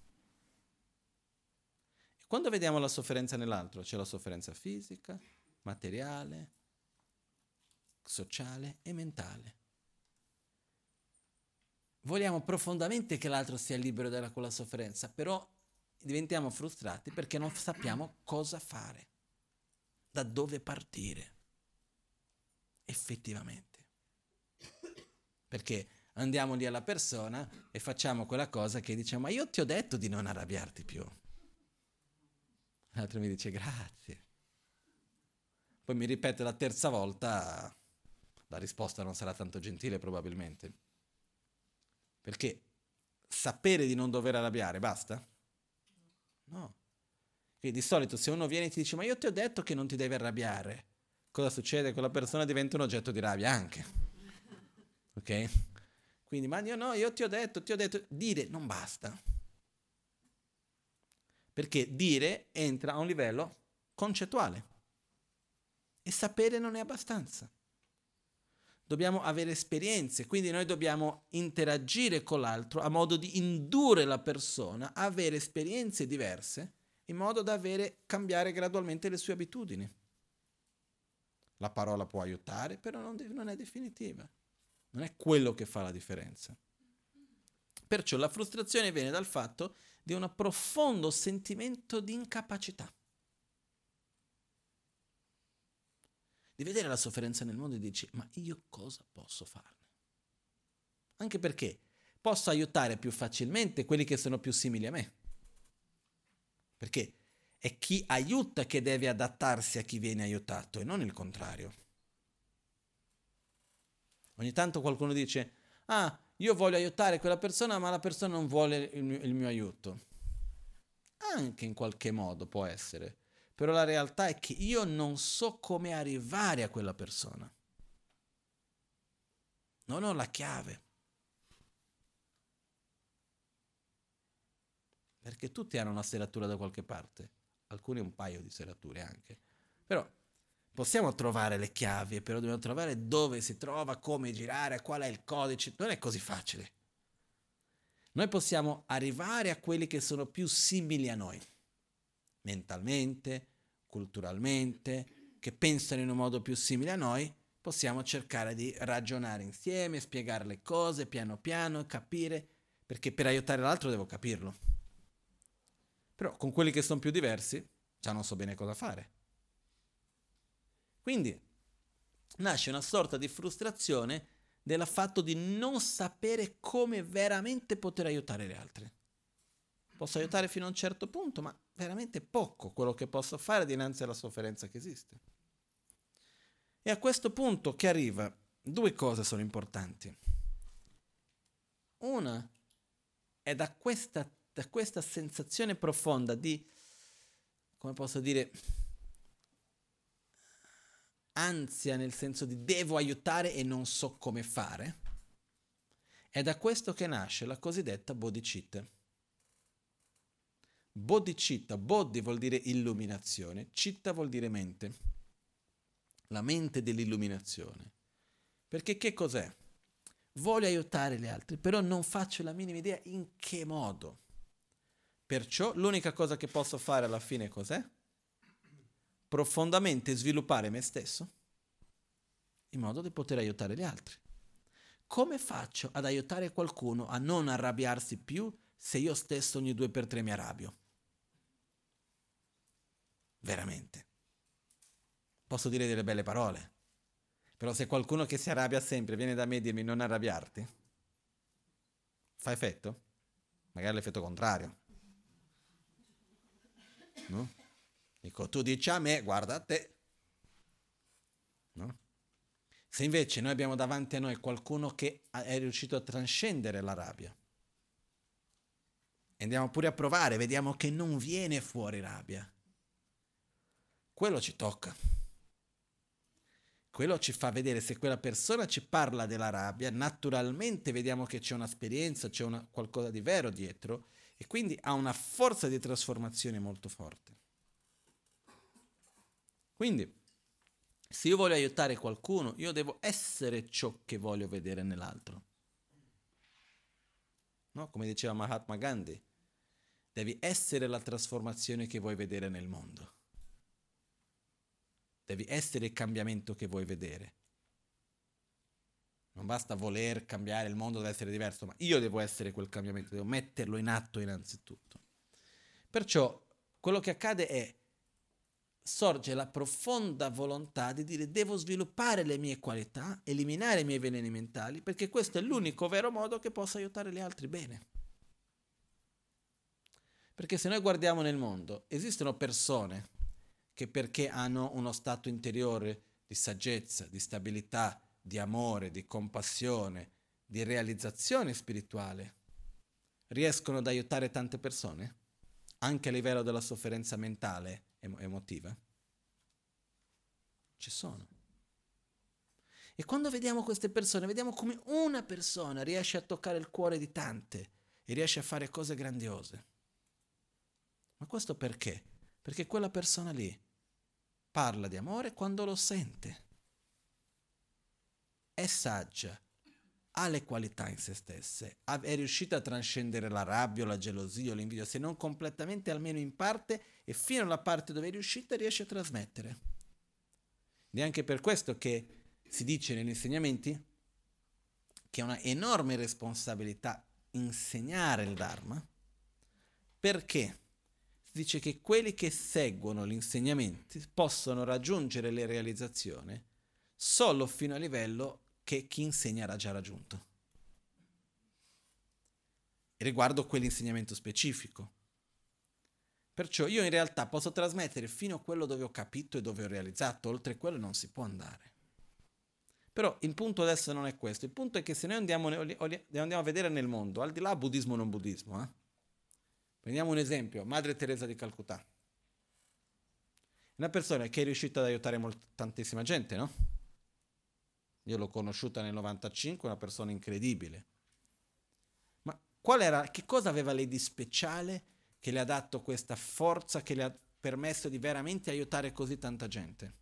E quando vediamo la sofferenza nell'altro, c'è la sofferenza fisica, materiale, sociale e mentale. Vogliamo profondamente che l'altro sia libero da quella sofferenza, però diventiamo frustrati perché non sappiamo cosa fare, da dove partire, effettivamente. Perché andiamo lì alla persona e facciamo quella cosa che diciamo, ma io ti ho detto di non arrabbiarti più. L'altro mi dice, grazie. Poi mi ripete la terza volta, la risposta non sarà tanto gentile probabilmente. Perché sapere di non dover arrabbiare basta? No. Quindi di solito se uno viene e ti dice ma io ti ho detto che non ti devi arrabbiare, cosa succede? Quella persona diventa un oggetto di rabbia anche. Ok? Quindi ma io no, io ti ho detto, ti ho detto, dire non basta. Perché dire entra a un livello concettuale e sapere non è abbastanza. Dobbiamo avere esperienze, quindi noi dobbiamo interagire con l'altro a modo di indurre la persona a avere esperienze diverse in modo da avere, cambiare gradualmente le sue abitudini. La parola può aiutare, però non, de- non è definitiva. Non è quello che fa la differenza. Perciò la frustrazione viene dal fatto di un profondo sentimento di incapacità. Di vedere la sofferenza nel mondo e dici, ma io cosa posso farne? Anche perché posso aiutare più facilmente quelli che sono più simili a me. Perché è chi aiuta che deve adattarsi a chi viene aiutato e non il contrario. Ogni tanto qualcuno dice, ah, io voglio aiutare quella persona, ma la persona non vuole il mio, il mio aiuto. Anche in qualche modo può essere. Però la realtà è che io non so come arrivare a quella persona. Non ho la chiave. Perché tutti hanno una serratura da qualche parte. Alcuni un paio di serrature anche. Però possiamo trovare le chiavi, però dobbiamo trovare dove si trova, come girare, qual è il codice. Non è così facile. Noi possiamo arrivare a quelli che sono più simili a noi. Mentalmente, culturalmente, che pensano in un modo più simile a noi, possiamo cercare di ragionare insieme, spiegare le cose piano piano, capire, perché per aiutare l'altro devo capirlo. Però con quelli che sono più diversi, già non so bene cosa fare. Quindi nasce una sorta di frustrazione del fatto di non sapere come veramente poter aiutare gli altri. Posso aiutare fino a un certo punto, ma veramente poco quello che posso fare dinanzi alla sofferenza che esiste. E a questo punto che arriva, due cose sono importanti. Una è da questa, da questa sensazione profonda di, come posso dire, ansia nel senso di devo aiutare e non so come fare, è da questo che nasce la cosiddetta bodhicitta. Bodhicitta, bodhi vuol dire illuminazione, citta vuol dire mente, la mente dell'illuminazione. Perché che cos'è? Voglio aiutare gli altri, però non faccio la minima idea in che modo. Perciò l'unica cosa che posso fare alla fine cos'è? Profondamente sviluppare me stesso in modo di poter aiutare gli altri. Come faccio ad aiutare qualcuno a non arrabbiarsi più se io stesso ogni due per tre mi arrabbio? Veramente. Posso dire delle belle parole, però se qualcuno che si arrabbia sempre viene da me e dirmi non arrabbiarti, fa effetto? Magari l'effetto contrario. No? Dico, tu dici a me, guarda a te. No? Se invece noi abbiamo davanti a noi qualcuno che è riuscito a trascendere la rabbia, e andiamo pure a provare, vediamo che non viene fuori rabbia, quello ci tocca. Quello ci fa vedere se quella persona ci parla della rabbia, naturalmente vediamo che c'è un'esperienza, c'è una, qualcosa di vero dietro, e quindi ha una forza di trasformazione molto forte. Quindi, se io voglio aiutare qualcuno, io devo essere ciò che voglio vedere nell'altro. No? Come diceva Mahatma Gandhi, devi essere la trasformazione che vuoi vedere nel mondo. Devi essere il cambiamento che vuoi vedere. Non basta voler cambiare, il mondo deve essere diverso, ma io devo essere quel cambiamento, devo metterlo in atto innanzitutto. Perciò quello che accade è sorge la profonda volontà di dire devo sviluppare le mie qualità, eliminare i miei veleni mentali, perché questo è l'unico vero modo che possa aiutare gli altri bene. Perché se noi guardiamo nel mondo, esistono persone che perché hanno uno stato interiore di saggezza, di stabilità, di amore, di compassione, di realizzazione spirituale, riescono ad aiutare tante persone, anche a livello della sofferenza mentale e emotiva. Ci sono. E quando vediamo queste persone, vediamo come una persona riesce a toccare il cuore di tante e riesce a fare cose grandiose. Ma questo perché? Perché quella persona lì parla di amore quando lo sente. È saggia, ha le qualità in se stesse, è riuscita a trascendere la rabbia, la gelosia, l'invidia, se non completamente, almeno in parte, e fino alla parte dove è riuscita riesce a trasmettere. Ed è anche per questo che si dice negli insegnamenti che è una enorme responsabilità insegnare il Dharma, perché si dice che quelli che seguono gli insegnamenti possono raggiungere le realizzazioni solo fino a livello che chi insegna ha già raggiunto. E riguardo quell'insegnamento specifico. Perciò io in realtà posso trasmettere fino a quello dove ho capito e dove ho realizzato, oltre quello non si può andare. Però il punto adesso non è questo, il punto è che se noi andiamo, andiamo a vedere nel mondo, al di là buddismo o non buddismo, eh? Prendiamo un esempio, Madre Teresa di Calcutta. Una persona che è riuscita ad aiutare molt- tantissima gente, no? Io l'ho conosciuta nel novantacinque, una persona incredibile. Ma qual era, che cosa aveva lei di speciale che le ha dato questa forza, che le ha permesso di veramente aiutare così tanta gente?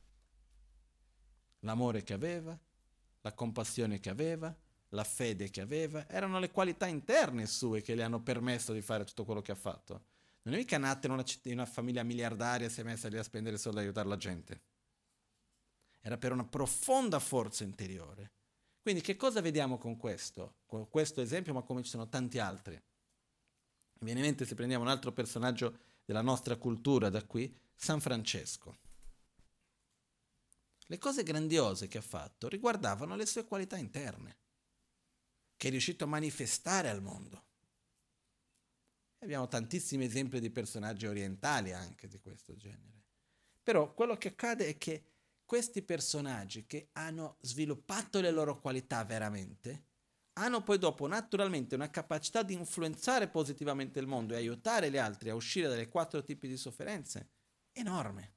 L'amore che aveva, la compassione che aveva, la fede che aveva, erano le qualità interne sue che le hanno permesso di fare tutto quello che ha fatto. Non è mica nata in una, in una famiglia miliardaria e si è messa lì a spendere soldi ad aiutare la gente. Era per una profonda forza interiore. Quindi che cosa vediamo con questo? Con questo esempio, ma come ci sono tanti altri. Mi viene in mente, se prendiamo un altro personaggio della nostra cultura da qui, San Francesco. Le cose grandiose che ha fatto riguardavano le sue qualità interne, che è riuscito a manifestare al mondo. E abbiamo tantissimi esempi di personaggi orientali anche di questo genere. Però quello che accade è che questi personaggi che hanno sviluppato le loro qualità veramente hanno poi dopo naturalmente una capacità di influenzare positivamente il mondo e aiutare gli altri a uscire dalle quattro tipi di sofferenze enorme.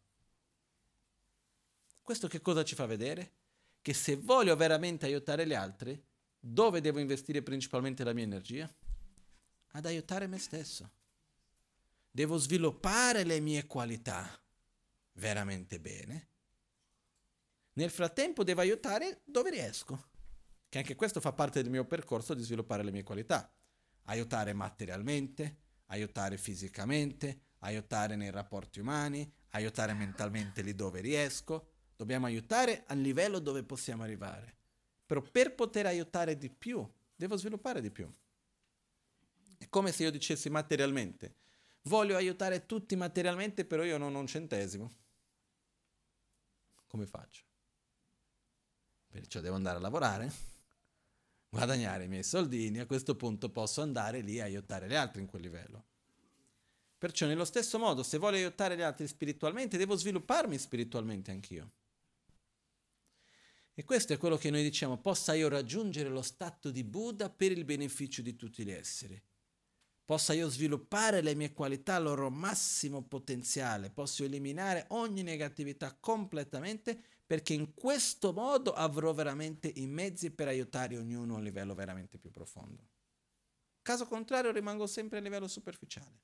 Questo che cosa ci fa vedere? Che se voglio veramente aiutare gli altri, dove devo investire principalmente la mia energia? Ad aiutare me stesso. Devo sviluppare le mie qualità veramente bene. Nel frattempo devo aiutare dove riesco, che anche questo fa parte del mio percorso di sviluppare le mie qualità. Aiutare materialmente, aiutare fisicamente, aiutare nei rapporti umani, aiutare mentalmente lì dove riesco. Dobbiamo aiutare al livello dove possiamo arrivare. Però per poter aiutare di più, devo sviluppare di più. È come se io dicessi materialmente, voglio aiutare tutti materialmente, però io non ho un centesimo. Come faccio? Perciò devo andare a lavorare, guadagnare i miei soldini, a questo punto posso andare lì a aiutare gli altri in quel livello. Perciò nello stesso modo, se voglio aiutare gli altri spiritualmente, devo svilupparmi spiritualmente anch'io. E questo è quello che noi diciamo, possa io raggiungere lo stato di Buddha per il beneficio di tutti gli esseri. Possa io sviluppare le mie qualità al loro massimo potenziale, posso eliminare ogni negatività completamente, perché in questo modo avrò veramente i mezzi per aiutare ognuno a un livello veramente più profondo. Caso contrario rimango sempre a livello superficiale.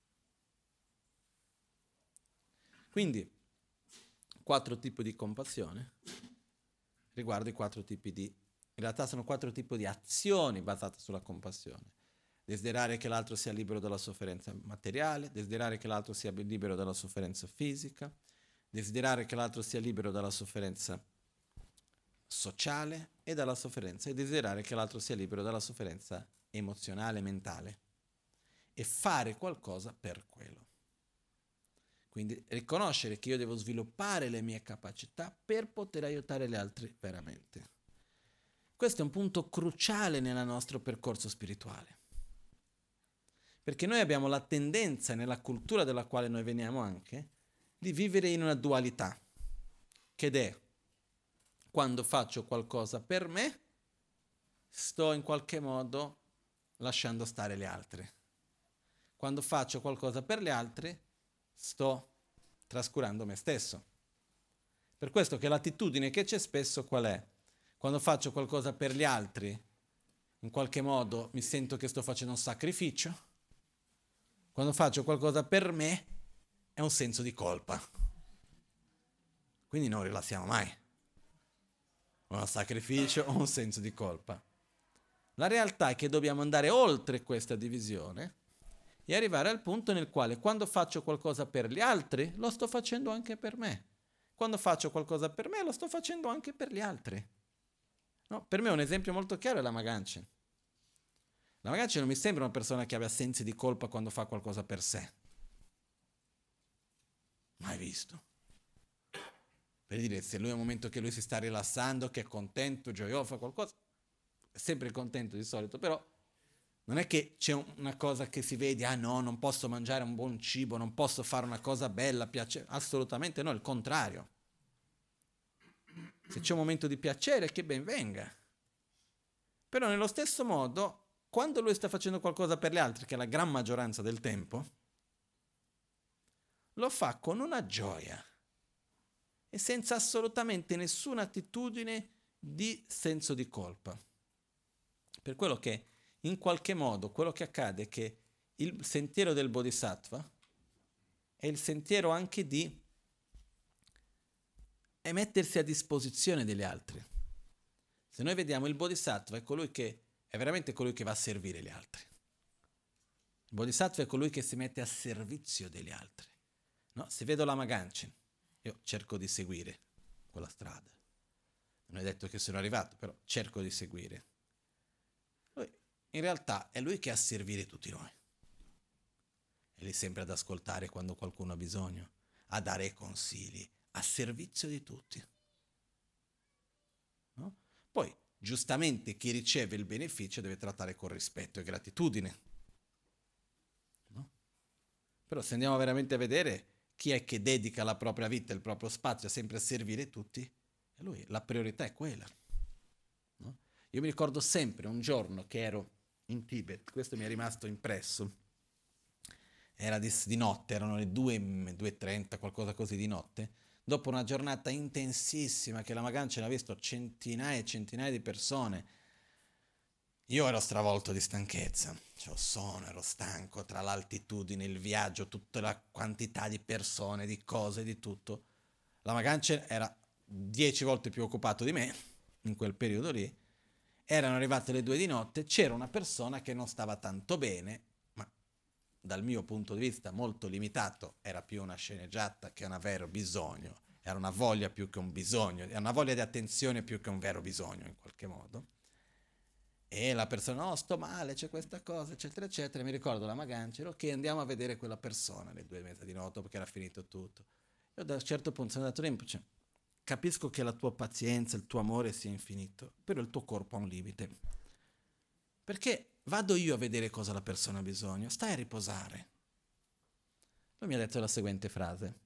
Quindi, quattro tipi di compassione riguardo i quattro tipi di... In realtà sono quattro tipi di azioni basate sulla compassione. Desiderare che l'altro sia libero dalla sofferenza materiale, desiderare che l'altro sia libero dalla sofferenza fisica, desiderare che l'altro sia libero dalla sofferenza sociale e dalla sofferenza, e desiderare che l'altro sia libero dalla sofferenza emozionale, mentale, e fare qualcosa per quello. Quindi riconoscere che io devo sviluppare le mie capacità per poter aiutare gli altri veramente. Questo è un punto cruciale nel nostro percorso spirituale. Perché noi abbiamo la tendenza, nella cultura della quale noi veniamo anche, di vivere in una dualità, che è quando faccio qualcosa per me, sto in qualche modo lasciando stare gli altri. Quando faccio qualcosa per gli altri, sto trascurando me stesso. Per questo che l'attitudine che c'è spesso qual è? Quando faccio qualcosa per gli altri, in qualche modo mi sento che sto facendo un sacrificio. Quando faccio qualcosa per me, è un senso di colpa. Quindi non rilassiamo mai. Un sacrificio o un senso di colpa. La realtà è che dobbiamo andare oltre questa divisione e arrivare al punto nel quale quando faccio qualcosa per gli altri, lo sto facendo anche per me. Quando faccio qualcosa per me, lo sto facendo anche per gli altri. No? Per me un esempio molto chiaro è la Maganchen. La Maganchen non mi sembra una persona che abbia sensi di colpa quando fa qualcosa per sé. Mai visto. Per dire, se lui è un momento che lui si sta rilassando, che è contento, gioioso, fa qualcosa, è sempre contento di solito, però non è che c'è una cosa che si vede, ah no, non posso mangiare un buon cibo, non posso fare una cosa bella, piacere, assolutamente no, il contrario. Se c'è un momento di piacere, che ben venga. Però nello stesso modo, quando lui sta facendo qualcosa per gli altri, che è la gran maggioranza del tempo, lo fa con una gioia e senza assolutamente nessuna attitudine di senso di colpa. Per quello che in qualche modo quello che accade è che il sentiero del Bodhisattva è il sentiero anche di mettersi a disposizione degli altri. Se noi vediamo il Bodhisattva è colui che è veramente colui che va a servire gli altri. Il Bodhisattva è colui che si mette a servizio degli altri. No? Se vedo la Maganchen, io cerco di seguire quella strada. Non è detto che sono arrivato, però cerco di seguire. Lui, in realtà è lui che è a servire tutti noi. È lì sempre ad ascoltare quando qualcuno ha bisogno, a dare consigli, a servizio di tutti. No? Poi, giustamente, chi riceve il beneficio deve trattare con rispetto e gratitudine. No? Però se andiamo veramente a vedere chi è che dedica la propria vita, il proprio spazio sempre a servire tutti, è lui. La priorità è quella. No? Io mi ricordo sempre un giorno che ero in Tibet, questo mi è rimasto impresso, era di, di notte, erano le due, due e trenta, qualcosa così di notte, dopo una giornata intensissima che la Magan ce l'ha visto centinaia e centinaia di persone. Io ero stravolto di stanchezza, cioè sonno, ero stanco, tra l'altitudine, il viaggio, tutta la quantità di persone, di cose, di tutto. La Magancia era dieci volte più occupato di me in quel periodo lì. Erano arrivate le due di notte, c'era una persona che non stava tanto bene, ma dal mio punto di vista molto limitato, era più una sceneggiata che un vero bisogno, era una voglia più che un bisogno, era una voglia di attenzione più che un vero bisogno in qualche modo. E la persona, no, sto male, c'è questa cosa, eccetera, eccetera. Mi ricordo la Magancero che andiamo a vedere quella persona alle due e mezza di notte perché era finito tutto. Io da un certo punto sono andato lì, cioè, capisco che la tua pazienza, il tuo amore sia infinito, però il tuo corpo ha un limite. Perché vado io a vedere cosa la persona ha bisogno, stai a riposare. Lui mi ha detto la seguente frase: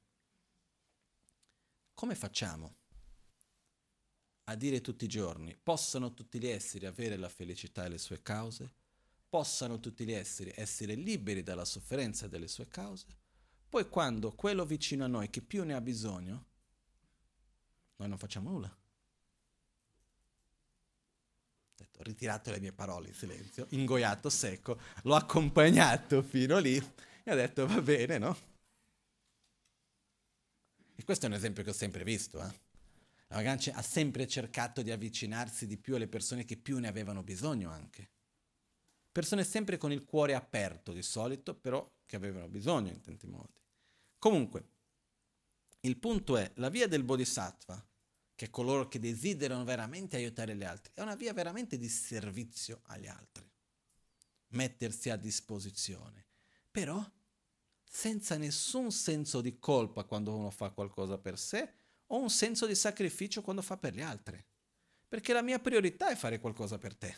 come facciamo a dire tutti i giorni, possano tutti gli esseri avere la felicità e le sue cause, possano tutti gli esseri essere liberi dalla sofferenza delle sue cause, poi quando quello vicino a noi che più ne ha bisogno, noi non facciamo nulla. Ho detto, ritirato le mie parole in silenzio, ingoiato secco, l'ho accompagnato fino lì e ho detto va bene, no? E questo è un esempio che ho sempre visto, eh? La Magancia ha sempre cercato di avvicinarsi di più alle persone che più ne avevano bisogno anche. Persone sempre con il cuore aperto di solito, però che avevano bisogno in tanti modi. Comunque, il punto è, la via del Bodhisattva, che è coloro che desiderano veramente aiutare gli altri, è una via veramente di servizio agli altri. Mettersi a disposizione. Però senza nessun senso di colpa quando uno fa qualcosa per sé, ho un senso di sacrificio quando fa per gli altri, perché la mia priorità è fare qualcosa per te.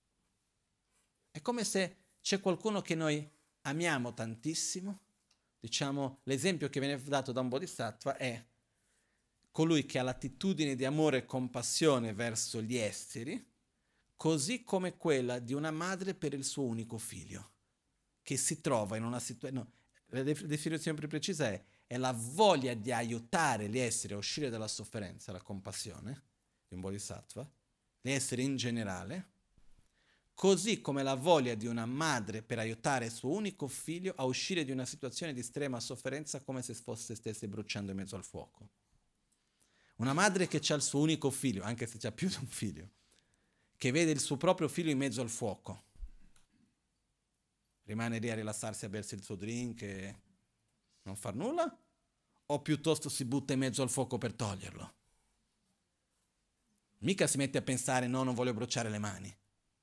È come se c'è qualcuno che noi amiamo tantissimo, diciamo, l'esempio che viene dato da un bodhisattva è colui che ha l'attitudine di amore e compassione verso gli esseri, così come quella di una madre per il suo unico figlio, che si trova in una situazione... No, la definizione più precisa è è la voglia di aiutare gli esseri a uscire dalla sofferenza, la compassione di un bodhisattva, gli esseri in generale, così come la voglia di una madre per aiutare il suo unico figlio a uscire di una situazione di estrema sofferenza come se fosse stesse bruciando in mezzo al fuoco. Una madre che ha il suo unico figlio, anche se c'ha più di un figlio, che vede il suo proprio figlio in mezzo al fuoco, rimane lì a rilassarsi, a bersi il suo drink e non far nulla? O piuttosto si butta in mezzo al fuoco per toglierlo? Mica si mette a pensare no, non voglio bruciare le mani.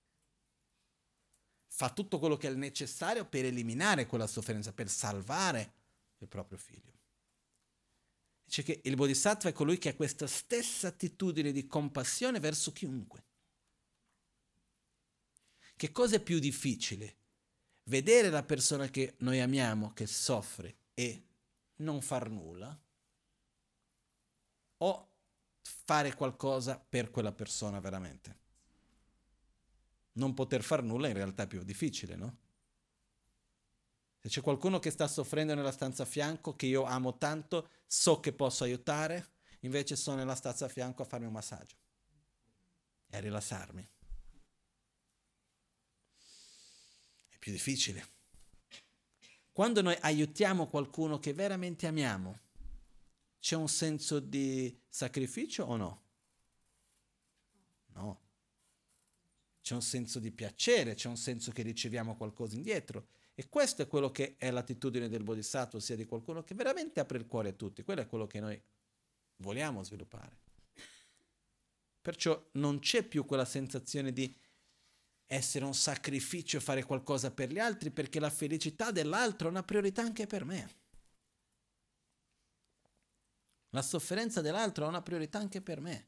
Fa tutto quello che è necessario per eliminare quella sofferenza, per salvare il proprio figlio. Dice che il Bodhisattva è colui che ha questa stessa attitudine di compassione verso chiunque. Che cosa è più difficile? Vedere la persona che noi amiamo che soffre e non far nulla, o fare qualcosa per quella persona veramente. Non poter far nulla in realtà è più difficile, no? Se c'è qualcuno che sta soffrendo nella stanza a fianco, che io amo tanto, so che posso aiutare, invece sono nella stanza a fianco a farmi un massaggio e a rilassarmi. È più difficile. Quando noi aiutiamo qualcuno che veramente amiamo, c'è un senso di sacrificio o no? No. C'è un senso di piacere, c'è un senso che riceviamo qualcosa indietro. E questo è quello che è l'attitudine del Bodhisattva, ossia di qualcuno che veramente apre il cuore a tutti. Quello è quello che noi vogliamo sviluppare. Perciò non c'è più quella sensazione di essere un sacrificio, fare qualcosa per gli altri, perché la felicità dell'altro è una priorità anche per me. La sofferenza dell'altro è una priorità anche per me.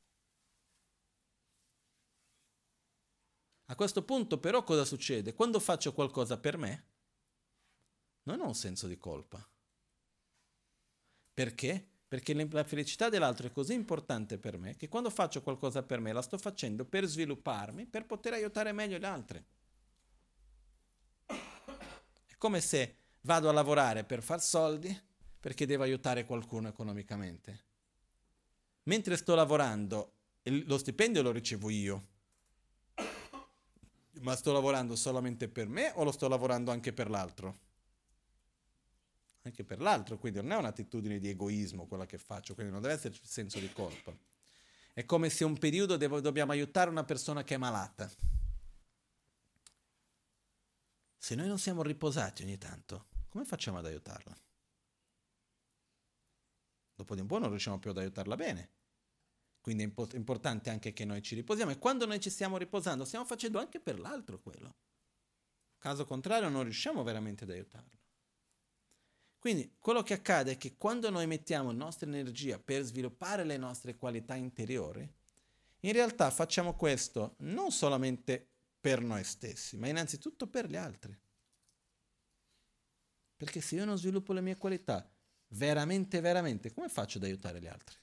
A questo punto però cosa succede? Quando faccio qualcosa per me, non ho un senso di colpa. Perché? Perché la felicità dell'altro è così importante per me che quando faccio qualcosa per me la sto facendo per svilupparmi, per poter aiutare meglio gli altri. È come se vado a lavorare per far soldi perché devo aiutare qualcuno economicamente. Mentre sto lavorando, lo stipendio lo ricevo io. Ma sto lavorando solamente per me o lo sto lavorando anche per l'altro? Anche per l'altro, quindi non è un'attitudine di egoismo quella che faccio, quindi non deve esserci il senso di colpa. È come se un periodo devo, dobbiamo aiutare una persona che è malata. Se noi non siamo riposati ogni tanto, come facciamo ad aiutarla? Dopo di un po' non riusciamo più ad aiutarla bene. Quindi è impo- importante anche che noi ci riposiamo e quando noi ci stiamo riposando stiamo facendo anche per l'altro quello. Caso contrario non riusciamo veramente ad aiutarlo. Quindi quello che accade è che quando noi mettiamo la nostra energia per sviluppare le nostre qualità interiori, in realtà facciamo questo non solamente per noi stessi, ma innanzitutto per gli altri. Perché se io non sviluppo le mie qualità, veramente, veramente, come faccio ad aiutare gli altri?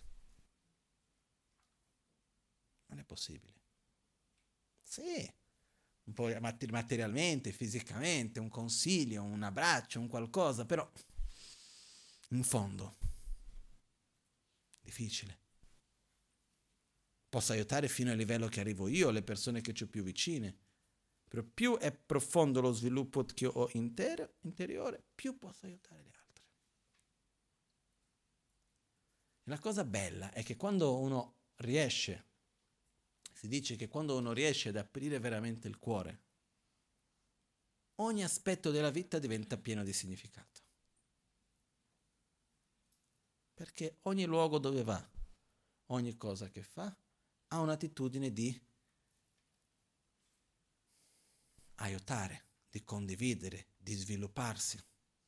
Non è possibile. Sì, un po' materialmente, fisicamente, un consiglio, un abbraccio, un qualcosa, però in fondo difficile. Posso aiutare fino al livello che arrivo io, le persone che ho più vicine, però più è profondo lo sviluppo che ho inter- interiore, più posso aiutare gli altri. E la cosa bella è che quando uno riesce, si dice che quando uno riesce ad aprire veramente il cuore, ogni aspetto della vita diventa pieno di significato. Perché ogni luogo dove va, ogni cosa che fa, ha un'attitudine di aiutare, di condividere, di svilupparsi.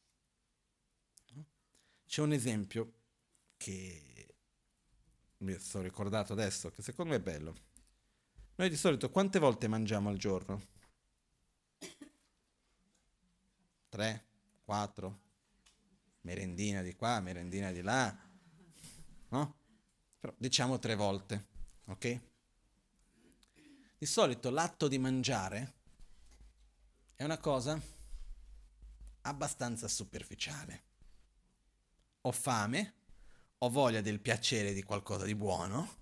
C'è un esempio che mi sono ricordato adesso, che secondo me è bello. Noi di solito quante volte mangiamo al giorno? Tre? Quattro? Merendina di qua, merendina di là, no? Però diciamo tre volte, ok? Di solito l'atto di mangiare è una cosa abbastanza superficiale. Ho fame, ho voglia del piacere di qualcosa di buono,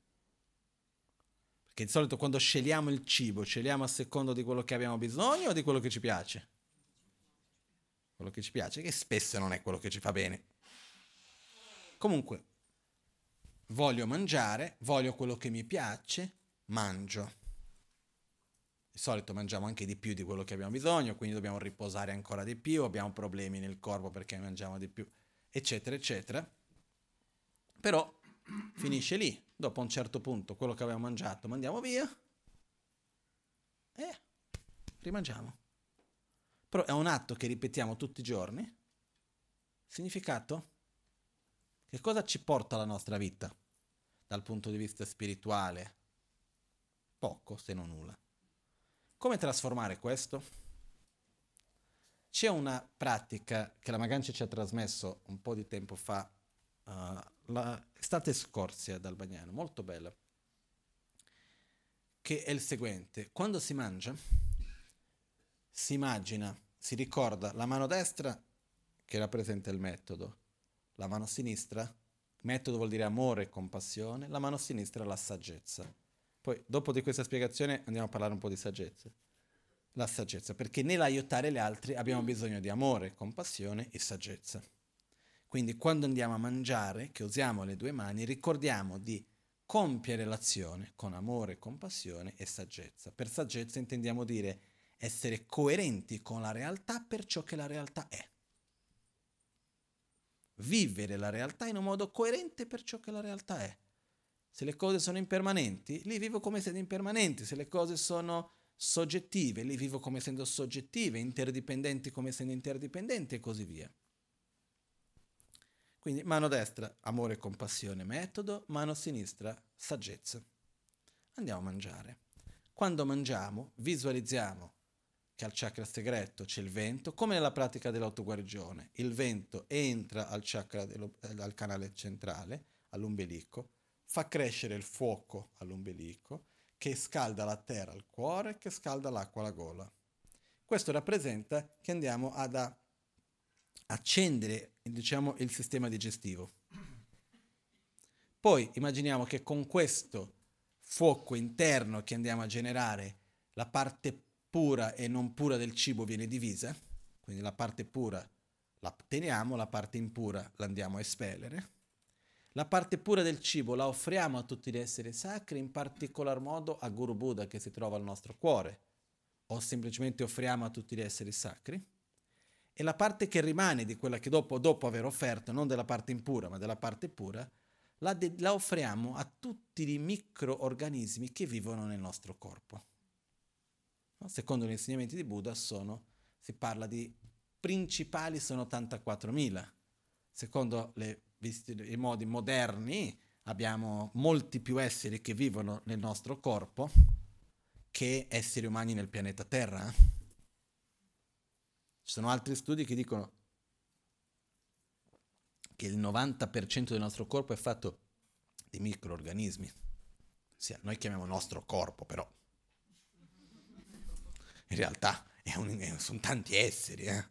perché di solito quando scegliamo il cibo, scegliamo a secondo di quello che abbiamo bisogno o di quello che ci piace? Quello che ci piace, che spesso non è quello che ci fa bene. Comunque, voglio mangiare, voglio quello che mi piace, mangio. Di solito mangiamo anche di più di quello che abbiamo bisogno, quindi dobbiamo riposare ancora di più, abbiamo problemi nel corpo perché mangiamo di più, eccetera, eccetera. Però finisce lì. Dopo un certo punto quello che abbiamo mangiato mandiamo via e rimangiamo. Però è un atto che ripetiamo tutti i giorni. Significato? Che cosa ci porta alla nostra vita dal punto di vista spirituale? Poco, se non nulla. Come trasformare questo? C'è una pratica che la Magancia ci ha trasmesso un po' di tempo fa, uh, l'estate scorsa ad Albagnano, molto bella, che è il seguente. Quando si mangia, si immagina, si ricorda la mano destra che rappresenta il metodo, la mano sinistra, metodo vuol dire amore e compassione, la mano sinistra la saggezza. Poi, dopo di questa spiegazione, andiamo a parlare un po' di saggezza. La saggezza, perché nell'aiutare gli altri abbiamo bisogno di amore, compassione e saggezza. Quindi quando andiamo a mangiare, che usiamo le due mani, ricordiamo di compiere l'azione con amore, compassione e saggezza. Per saggezza intendiamo dire essere coerenti con la realtà per ciò che la realtà è. Vivere la realtà in un modo coerente per ciò che la realtà è. Se le cose sono impermanenti, li vivo come essendo impermanenti. Se le cose sono soggettive, li vivo come essendo soggettive, interdipendenti come essendo interdipendenti e così via. Quindi mano destra, amore e compassione, metodo, mano sinistra, saggezza. Andiamo a mangiare. Quando mangiamo, visualizziamo che al chakra segreto c'è il vento, come nella pratica dell'autoguarigione. Il vento entra al chakra dello, eh, al canale centrale, all'ombelico, fa crescere il fuoco all'ombelico, che scalda la terra al cuore, che scalda l'acqua alla gola. Questo rappresenta che andiamo ad a, accendere, diciamo, il sistema digestivo. Poi immaginiamo che con questo fuoco interno che andiamo a generare, la parte pura e non pura del cibo viene divisa, quindi la parte pura la teniamo, la parte impura la andiamo a espellere. La parte pura del cibo la offriamo a tutti gli esseri sacri, in particolar modo a Guru Buddha che si trova al nostro cuore, o semplicemente offriamo a tutti gli esseri sacri. E la parte che rimane di quella che dopo, dopo aver offerto, non della parte impura ma della parte pura, la, de- la offriamo a tutti i microorganismi che vivono nel nostro corpo. No? Secondo gli insegnamenti di Buddha sono, si parla di principali sono ottantaquattromila. Secondo le, visti i modi moderni abbiamo molti più esseri che vivono nel nostro corpo che esseri umani nel pianeta Terra. Ci sono altri studi che dicono che il novanta per cento del nostro corpo è fatto di microorganismi. Sì, noi chiamiamo nostro corpo, però in realtà è un, sono tanti esseri. Eh?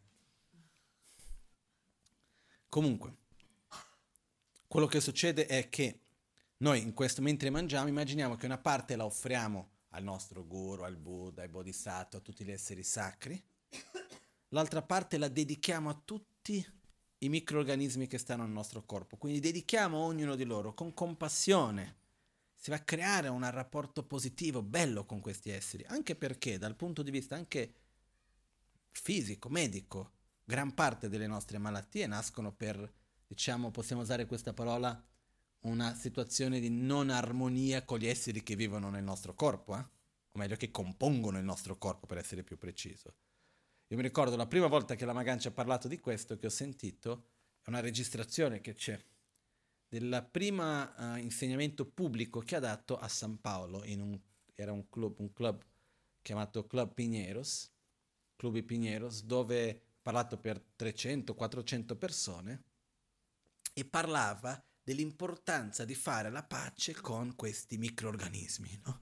Comunque, quello che succede è che noi in questo, mentre mangiamo, immaginiamo che una parte la offriamo al nostro guru, al Buddha, ai bodhisattva, a tutti gli esseri sacri, l'altra parte la dedichiamo a tutti i microorganismi che stanno nel nostro corpo. Quindi dedichiamo a ognuno di loro con compassione. Si va a creare un rapporto positivo, bello con questi esseri, anche perché dal punto di vista anche fisico, medico, gran parte delle nostre malattie nascono per, diciamo, possiamo usare questa parola, una situazione di non armonia con gli esseri che vivono nel nostro corpo, eh? O meglio che compongono il nostro corpo, per essere più preciso. Io mi ricordo la prima volta che la Magancia ha parlato di questo, che ho sentito, è una registrazione che c'è, del primo uh, insegnamento pubblico che ha dato a San Paolo, in un, era un club, un club chiamato Club Piñeros, Club Piñeros, dove ha parlato per trecento quattrocento persone e parlava dell'importanza di fare la pace con questi microorganismi, no?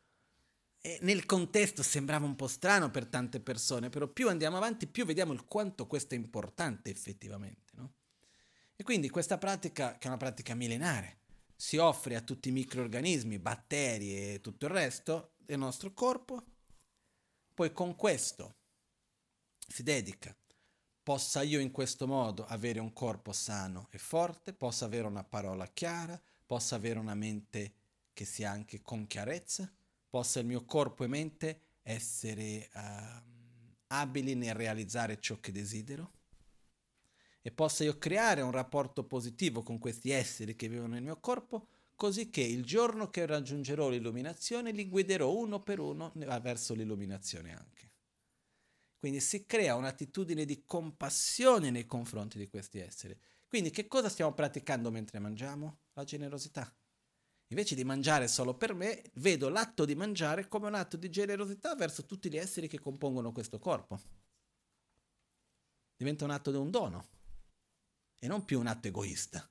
E nel contesto sembrava un po' strano per tante persone, però più andiamo avanti, più vediamo il quanto questo è importante effettivamente, no? E quindi questa pratica, che è una pratica millenaria, si offre a tutti i microorganismi, batteri e tutto il resto del nostro corpo, poi con questo si dedica, possa io in questo modo avere un corpo sano e forte, possa avere una parola chiara, possa avere una mente che sia anche con chiarezza, possa il mio corpo e mente essere uh, abili nel realizzare ciò che desidero e possa io creare un rapporto positivo con questi esseri che vivono nel mio corpo, così che il giorno che raggiungerò l'illuminazione li guiderò uno per uno verso l'illuminazione anche. Quindi si crea un'attitudine di compassione nei confronti di questi esseri. Quindi che cosa stiamo praticando mentre mangiamo? La generosità. Invece di mangiare solo per me, vedo l'atto di mangiare come un atto di generosità verso tutti gli esseri che compongono questo corpo. Diventa un atto di un dono e non più un atto egoista.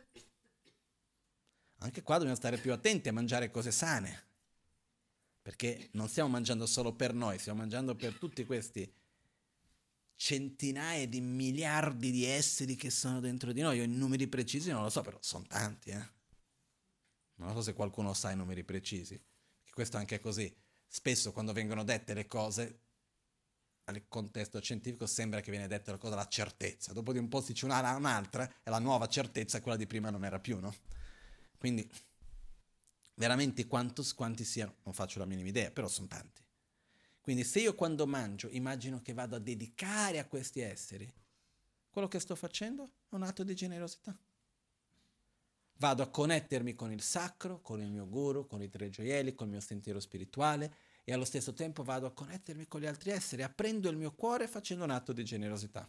Anche qua dobbiamo stare più attenti a mangiare cose sane, perché non stiamo mangiando solo per noi, stiamo mangiando per tutti questi centinaia di miliardi di esseri che sono dentro di noi. Io i numeri precisi non lo so, però sono tanti, eh. Non so se qualcuno sa i numeri precisi, che questo anche è così. Spesso quando vengono dette le cose, nel contesto scientifico sembra che viene detta la cosa alla certezza. Dopo di un po' si dice un'altra e la nuova certezza, quella di prima non era più, no? Quindi, veramente quantos, quanti siano, non faccio la minima idea, però sono tanti. Quindi se io quando mangio immagino che vado a dedicare a questi esseri, quello che sto facendo è un atto di generosità. Vado a connettermi con il sacro, con il mio guru, con i tre gioielli, con il mio sentiero spirituale e allo stesso tempo vado a connettermi con gli altri esseri, aprendo il mio cuore facendo un atto di generosità.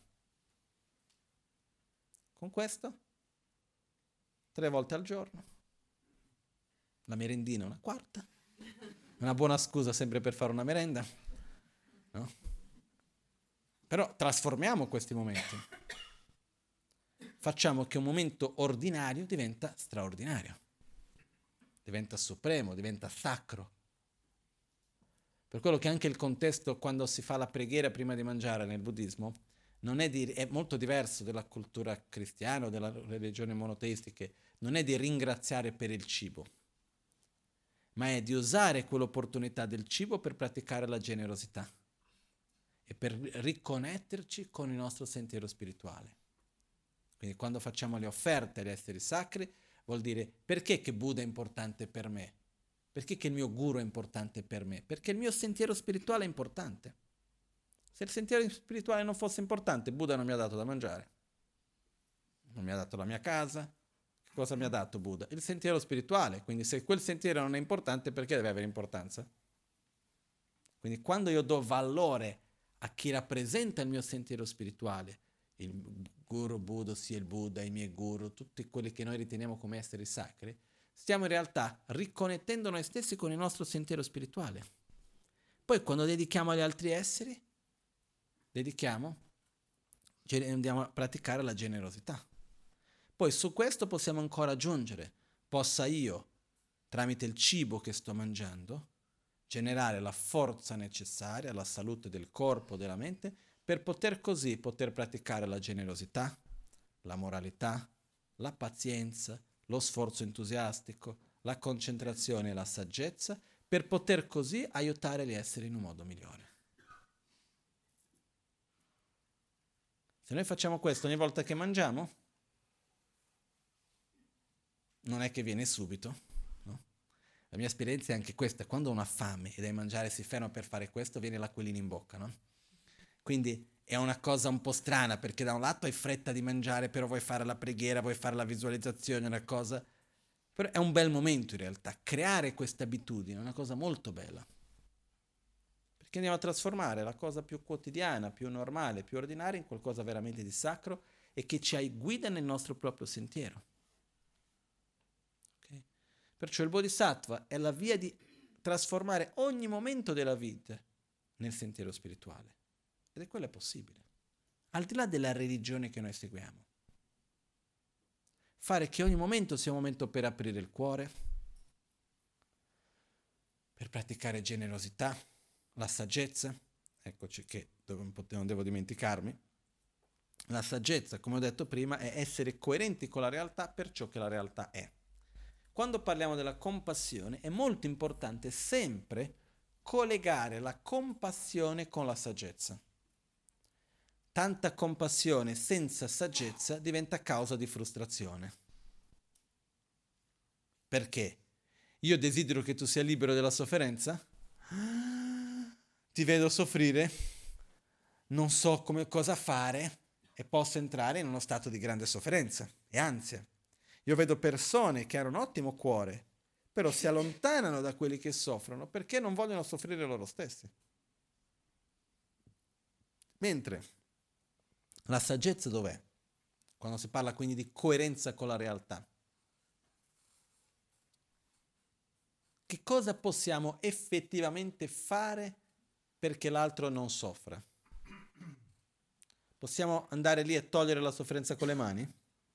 Con questo, tre volte al giorno, la merendina una quarta, una buona scusa sempre per fare una merenda, no? Però trasformiamo questi momenti. Facciamo che un momento ordinario diventa straordinario, diventa supremo, diventa sacro. Per quello che anche il contesto, quando si fa la preghiera prima di mangiare nel buddismo, non è, di, è molto diverso dalla cultura cristiana o delle religioni monoteistiche, non è di ringraziare per il cibo, ma è di usare quell'opportunità del cibo per praticare la generosità e per riconnetterci con il nostro sentiero spirituale. Quindi quando facciamo le offerte agli esseri sacri, vuol dire perché che Buddha è importante per me? Perché che il mio guru è importante per me? Perché il mio sentiero spirituale è importante. Se il sentiero spirituale non fosse importante, Buddha non mi ha dato da mangiare, non mi ha dato la mia casa. Che cosa mi ha dato Buddha? Il sentiero spirituale. Quindi se quel sentiero non è importante, perché deve avere importanza? Quindi quando io do valore a chi rappresenta il mio sentiero spirituale, il guru Buddha, sia il Buddha, i miei guru, tutti quelli che noi riteniamo come esseri sacri, stiamo in realtà riconnettendo noi stessi con il nostro sentiero spirituale. Poi quando dedichiamo agli altri esseri, dedichiamo, andiamo a praticare la generosità. Poi su questo possiamo ancora aggiungere, possa io, tramite il cibo che sto mangiando, generare la forza necessaria, la salute del corpo, della mente, per poter così poter praticare la generosità, la moralità, la pazienza, lo sforzo entusiastico, la concentrazione e la saggezza, per poter così aiutare gli esseri in un modo migliore. Se noi facciamo questo ogni volta che mangiamo, non è che viene subito, no? La mia esperienza è anche questa, quando uno ha fame e deve mangiare, si ferma per fare questo, viene l'acquolina in bocca, no? Quindi è una cosa un po' strana, perché da un lato hai fretta di mangiare, però vuoi fare la preghiera, vuoi fare la visualizzazione, una cosa... Però è un bel momento in realtà, creare questa abitudine è una cosa molto bella. Perché andiamo a trasformare la cosa più quotidiana, più normale, più ordinaria in qualcosa veramente di sacro e che ci guida nel nostro proprio sentiero. Okay? Perciò il Bodhisattva è la via di trasformare ogni momento della vita nel sentiero spirituale. Ed è quello è possibile. Al di là della religione che noi seguiamo. Fare che ogni momento sia un momento per aprire il cuore, per praticare generosità, la saggezza, eccoci che non devo dimenticarmi, la saggezza, come ho detto prima, è essere coerenti con la realtà per ciò che la realtà è. Quando parliamo della compassione è molto importante sempre collegare la compassione con la saggezza. Tanta compassione senza saggezza diventa causa di frustrazione. Perché? Io desidero che tu sia libero dalla sofferenza? Ti vedo soffrire? Non so come cosa fare e posso entrare in uno stato di grande sofferenza e ansia. Io vedo persone che hanno un ottimo cuore, però si allontanano da quelli che soffrono perché non vogliono soffrire loro stessi. Mentre la saggezza dov'è? Quando si parla quindi di coerenza con la realtà. Che cosa possiamo effettivamente fare perché l'altro non soffra? Possiamo andare lì e togliere la sofferenza con le mani?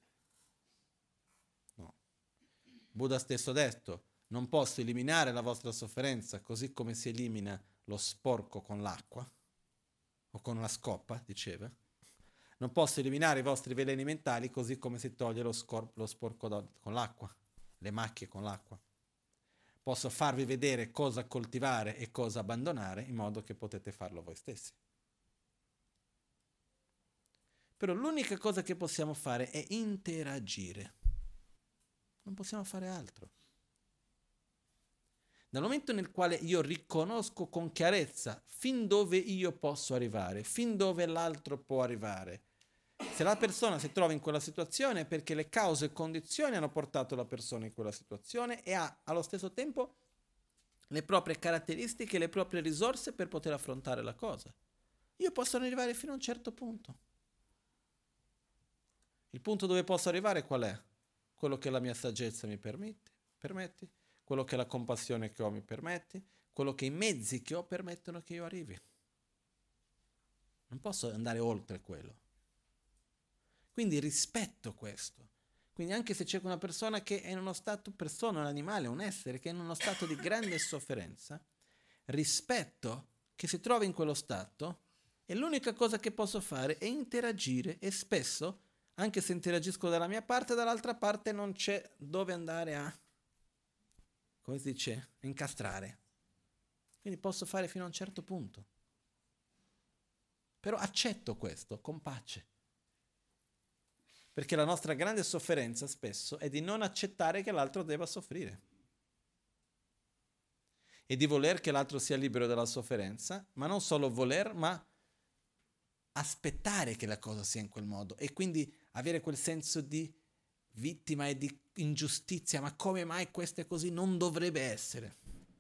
No. Buddha stesso ha detto, non posso eliminare la vostra sofferenza così come si elimina lo sporco con l'acqua, o con una scoppa, diceva. Non posso eliminare i vostri veleni mentali così come si toglie lo, scor- lo sporco da- con l'acqua, le macchie con l'acqua. Posso farvi vedere cosa coltivare e cosa abbandonare in modo che potete farlo voi stessi. Però l'unica cosa che possiamo fare è interagire. Non possiamo fare altro. Dal momento nel quale io riconosco con chiarezza fin dove io posso arrivare, fin dove l'altro può arrivare, se la persona si trova in quella situazione è perché le cause e condizioni hanno portato la persona in quella situazione e ha allo stesso tempo le proprie caratteristiche e le proprie risorse per poter affrontare la cosa. Io posso arrivare fino a un certo punto. Il punto dove posso arrivare qual è? Quello che la mia saggezza mi permette, permette, quello che la compassione che ho mi permette, quello che i mezzi che ho permettono che io arrivi. Non posso andare oltre quello. Quindi rispetto questo. Quindi anche se c'è una persona che è in uno stato, persona, un animale, un essere che è in uno stato di grande sofferenza, rispetto che si trova in quello stato, e l'unica cosa che posso fare è interagire, e spesso, anche se interagisco dalla mia parte, dall'altra parte non c'è dove andare a, come si dice, incastrare. Quindi posso fare fino a un certo punto. Però accetto questo con pace. Perché la nostra grande sofferenza spesso è di non accettare che l'altro debba soffrire. E di voler che l'altro sia libero dalla sofferenza, ma non solo voler, ma aspettare che la cosa sia in quel modo. E quindi avere quel senso di vittima e di ingiustizia. Ma come mai questo è così? Non dovrebbe essere.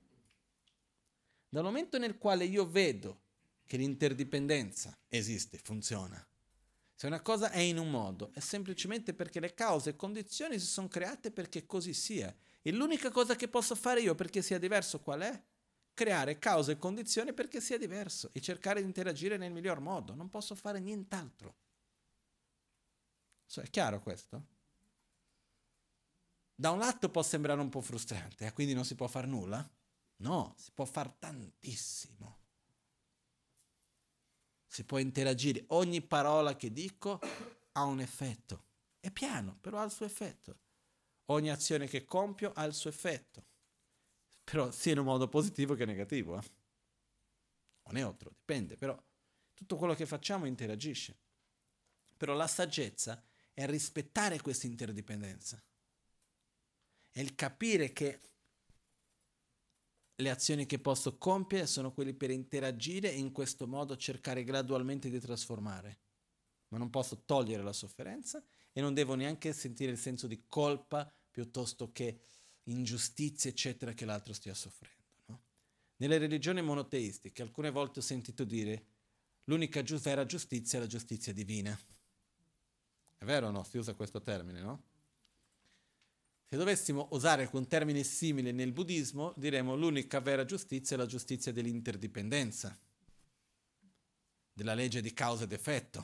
Dal momento nel quale io vedo che l'interdipendenza esiste, funziona, se una cosa è in un modo, è semplicemente perché le cause e condizioni si sono create perché così sia. E l'unica cosa che posso fare io perché sia diverso qual è? Creare cause e condizioni perché sia diverso e cercare di interagire nel miglior modo. Non posso fare nient'altro. So, è chiaro questo? Da un lato può sembrare un po' frustrante, eh? Quindi non si può fare nulla? No, si può fare tantissimo. Si può interagire. Ogni parola che dico ha un effetto. È piano, però ha il suo effetto. Ogni azione che compio ha il suo effetto. Però sia in un modo positivo che negativo. Eh? O neutro, dipende. Però tutto quello che facciamo interagisce. Però la saggezza è rispettare questa interdipendenza. È il capire che le azioni che posso compiere sono quelle per interagire e in questo modo cercare gradualmente di trasformare. Ma non posso togliere la sofferenza e non devo neanche sentire il senso di colpa piuttosto che ingiustizia, eccetera, che l'altro stia soffrendo. No? Nelle religioni monoteistiche alcune volte ho sentito dire l'unica giu- vera giustizia è la giustizia divina. È vero o no? Si usa questo termine, no? Se dovessimo usare un termine simile nel buddismo, diremmo l'unica vera giustizia è la giustizia dell'interdipendenza, della legge di causa ed effetto.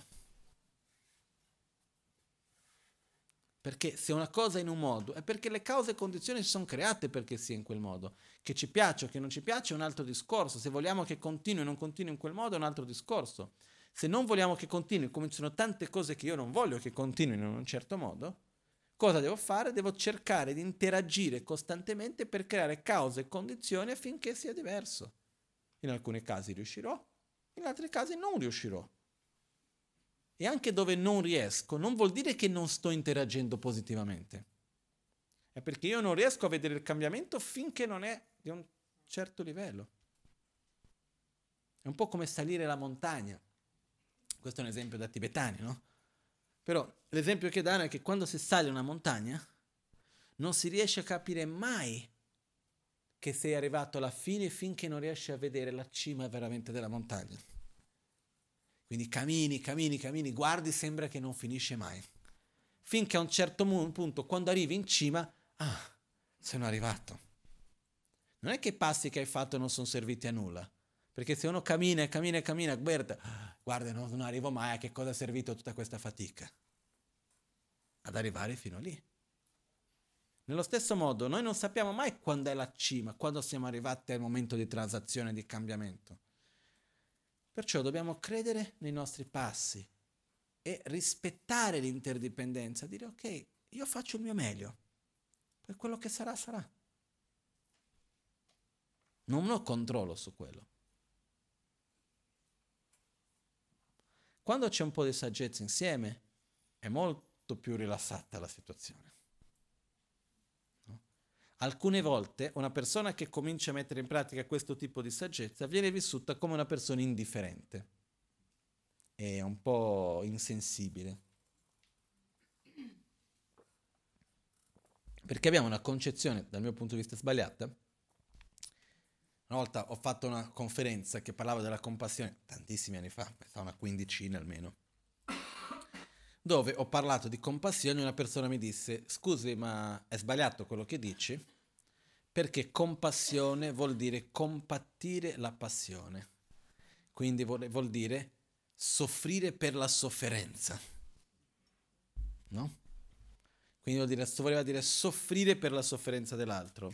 Perché se una cosa è in un modo, è perché le cause e condizioni si sono create perché sia in quel modo. Che ci piace o che non ci piace è un altro discorso. Se vogliamo che continui o non continui in quel modo è un altro discorso. Se non vogliamo che continui, come ci sono tante cose che io non voglio che continuino in un certo modo, cosa devo fare? Devo cercare di interagire costantemente per creare cause e condizioni affinché sia diverso. In alcuni casi riuscirò, in altri casi non riuscirò. E anche dove non riesco, non vuol dire che non sto interagendo positivamente. È perché io non riesco a vedere il cambiamento finché non è di un certo livello. È un po' come salire la montagna. Questo è un esempio da tibetani, no? Però l'esempio che danno è che quando si sale una montagna non si riesce a capire mai che sei arrivato alla fine finché non riesci a vedere la cima veramente della montagna. Quindi cammini, cammini, cammini, guardi, sembra che non finisce mai. Finché a un certo punto, quando arrivi in cima, ah, sono arrivato. Non è che i passi che hai fatto non sono serviti a nulla. Perché se uno cammina e cammina e cammina, guarda, guarda, no, non arrivo mai, a che cosa è servito tutta questa fatica? Ad arrivare fino lì. Nello stesso modo, noi non sappiamo mai quando è la cima, quando siamo arrivati al momento di transazione, di cambiamento. Perciò dobbiamo credere nei nostri passi e rispettare l'interdipendenza, dire ok, io faccio il mio meglio, per quello che sarà, sarà. Non ho controllo su quello. Quando c'è un po' di saggezza insieme, è molto più rilassata la situazione. No? Alcune volte una persona che comincia a mettere in pratica questo tipo di saggezza viene vissuta come una persona indifferente. È un po' insensibile. Perché abbiamo una concezione, dal mio punto di vista, sbagliata. Una volta ho fatto una conferenza che parlava della compassione, tantissimi anni fa, una quindicina almeno, dove ho parlato di compassione e una persona mi disse scusi ma è sbagliato quello che dici perché compassione vuol dire compattire la passione, quindi vuol, vuol dire soffrire per la sofferenza, no? Quindi vuol dire, voleva dire soffrire per la sofferenza dell'altro.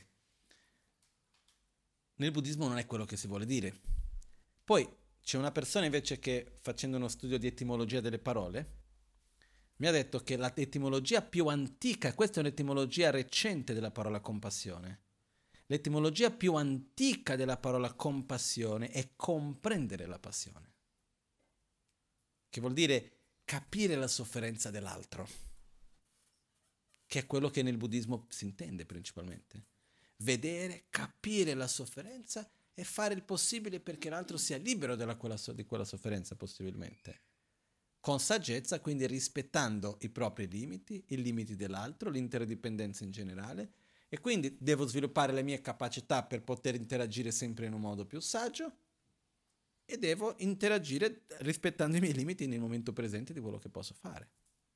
Nel buddismo non è quello che si vuole dire. Poi c'è una persona invece che, facendo uno studio di etimologia delle parole, mi ha detto che l'etimologia più antica, questa è un'etimologia recente della parola compassione, l'etimologia più antica della parola compassione è comprendere la passione, che vuol dire capire la sofferenza dell'altro, che è quello che nel buddismo si intende principalmente. Vedere, capire la sofferenza e fare il possibile perché l'altro sia libero della quella, di quella sofferenza possibilmente. Con saggezza, quindi rispettando i propri limiti, i limiti dell'altro, l'interdipendenza in generale, e quindi devo sviluppare le mie capacità per poter interagire sempre in un modo più saggio e devo interagire rispettando i miei limiti nel momento presente di quello che posso fare.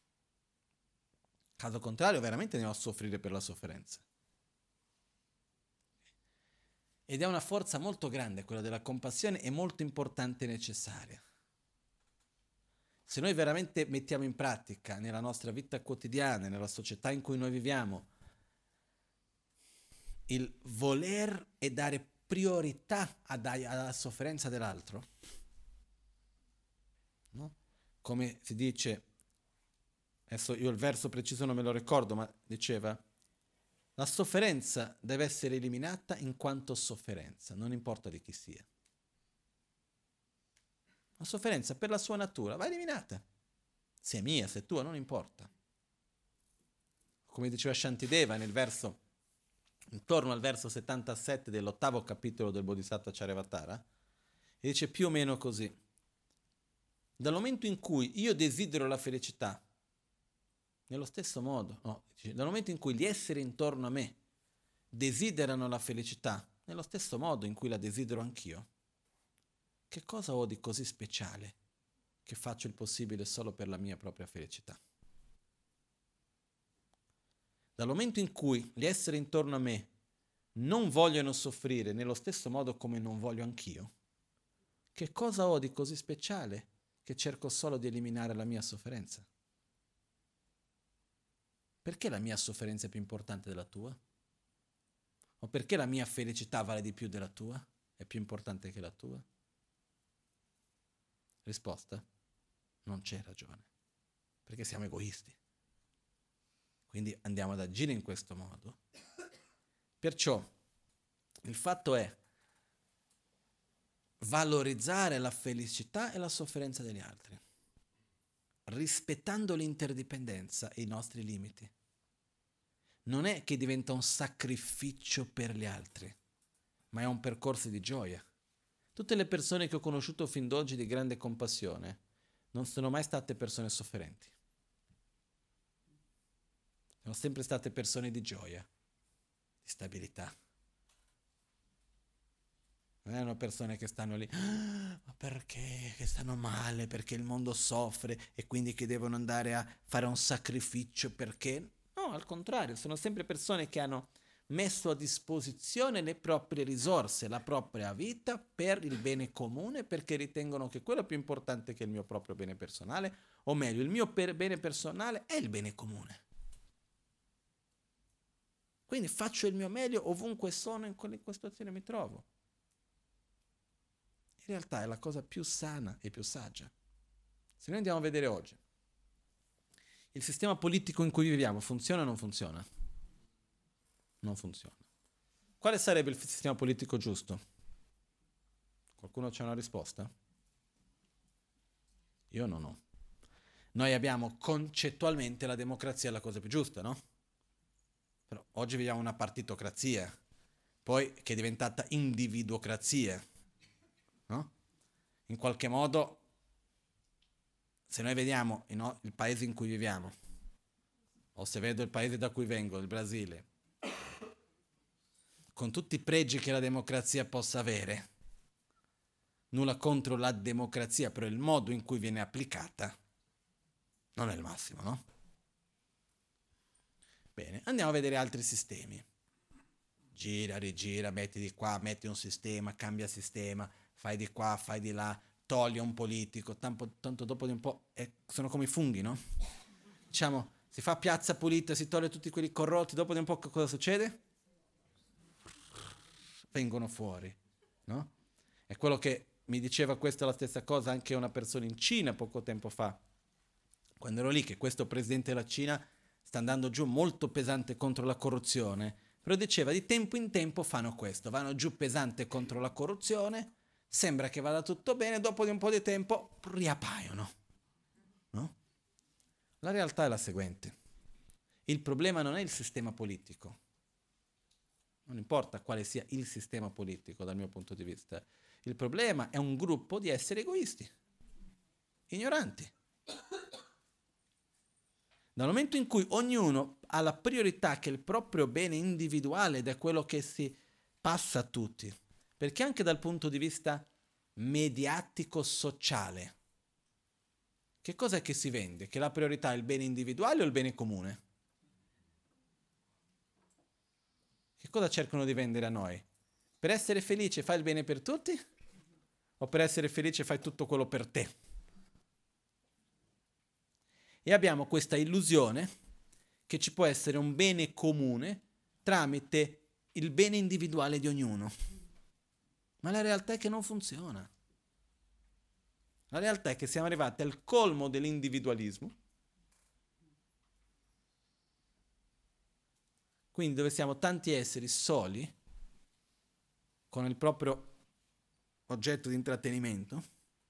Caso contrario, veramente andiamo a soffrire per la sofferenza. Ed è una forza molto grande, quella della compassione, e molto importante e necessaria. Se noi veramente mettiamo in pratica nella nostra vita quotidiana, nella società in cui noi viviamo, il voler e dare priorità alla sofferenza dell'altro, no? Come si dice, adesso io il verso preciso non me lo ricordo, ma diceva: la sofferenza deve essere eliminata in quanto sofferenza, non importa di chi sia. La sofferenza per la sua natura va eliminata. Se è mia, se è tua, non importa. Come diceva Shantideva nel verso, intorno al verso settantasette dell'ottavo capitolo del Bodhisattva Charyavatara, e dice più o meno così: dal momento in cui io desidero la felicità, nello stesso modo, no, dice, dal momento in cui gli esseri intorno a me desiderano la felicità, nello stesso modo in cui la desidero anch'io, che cosa ho di così speciale che faccio il possibile solo per la mia propria felicità? Dal momento in cui gli esseri intorno a me non vogliono soffrire nello stesso modo come non voglio anch'io, che cosa ho di così speciale che cerco solo di eliminare la mia sofferenza? Perché la mia sofferenza è più importante della tua? O perché la mia felicità vale di più della tua? È più importante che la tua? Risposta? Non c'è ragione. Perché siamo egoisti. Quindi andiamo ad agire in questo modo. Perciò il fatto è valorizzare la felicità e la sofferenza degli altri, rispettando l'interdipendenza e i nostri limiti. Non è che diventa un sacrificio per gli altri, ma è un percorso di gioia. Tutte le persone che ho conosciuto fin d'oggi di grande compassione non sono mai state persone sofferenti. Sono sempre state persone di gioia, di stabilità. Non erano persone che stanno lì, ah, ma perché? Che stanno male, perché il mondo soffre e quindi che devono andare a fare un sacrificio perché... No, al contrario, sono sempre persone che hanno messo a disposizione le proprie risorse, la propria vita per il bene comune, perché ritengono che quello è più importante che il mio proprio bene personale, o meglio, il mio per bene personale è il bene comune. Quindi faccio il mio meglio ovunque sono, in quella situazione mi trovo. In realtà è la cosa più sana e più saggia. Se noi andiamo a vedere oggi, il sistema politico in cui viviamo funziona o non funziona? Non funziona. Quale sarebbe il sistema politico giusto? Qualcuno c'ha una risposta? Io non ho. Noi abbiamo concettualmente la democrazia la cosa più giusta, no? Però oggi viviamo una partitocrazia, poi che è diventata individuocrazia, no? In qualche modo, se noi vediamo no, il paese in cui viviamo, o se vedo il paese da cui vengo, il Brasile, con tutti i pregi che la democrazia possa avere, nulla contro la democrazia, però il modo in cui viene applicata non è il massimo, no? Bene, andiamo a vedere altri sistemi. Gira, rigira, metti di qua, metti un sistema, cambia sistema, fai di qua, fai di là, toglie un politico, tanto, tanto dopo di un po' è, sono come i funghi, no? Diciamo, si fa piazza pulita, si toglie tutti quelli corrotti, dopo di un po' cosa succede? Vengono fuori, no? È quello che mi diceva questa la stessa cosa anche una persona in Cina poco tempo fa, quando ero lì, che questo presidente della Cina sta andando giù molto pesante contro la corruzione, però diceva di tempo in tempo fanno questo, vanno giù pesante contro la corruzione, sembra che vada tutto bene, dopo di un po' di tempo riappaiono, no? La realtà è la seguente: il problema non è il sistema politico, non importa quale sia il sistema politico dal mio punto di vista, il problema è un gruppo di esseri egoisti, ignoranti. Dal momento in cui ognuno ha la priorità che è il proprio bene individuale ed è quello che si passa a tutti, perché anche dal punto di vista mediatico-sociale, che cosa è che si vende? Che la priorità è il bene individuale o il bene comune? Che cosa cercano di vendere a noi? Per essere felice fai il bene per tutti? O per essere felice fai tutto quello per te? E abbiamo questa illusione che ci può essere un bene comune tramite il bene individuale di ognuno. Ma la realtà è che non funziona. La realtà è che siamo arrivati al colmo dell'individualismo, quindi dove siamo tanti esseri soli, con il proprio oggetto di intrattenimento,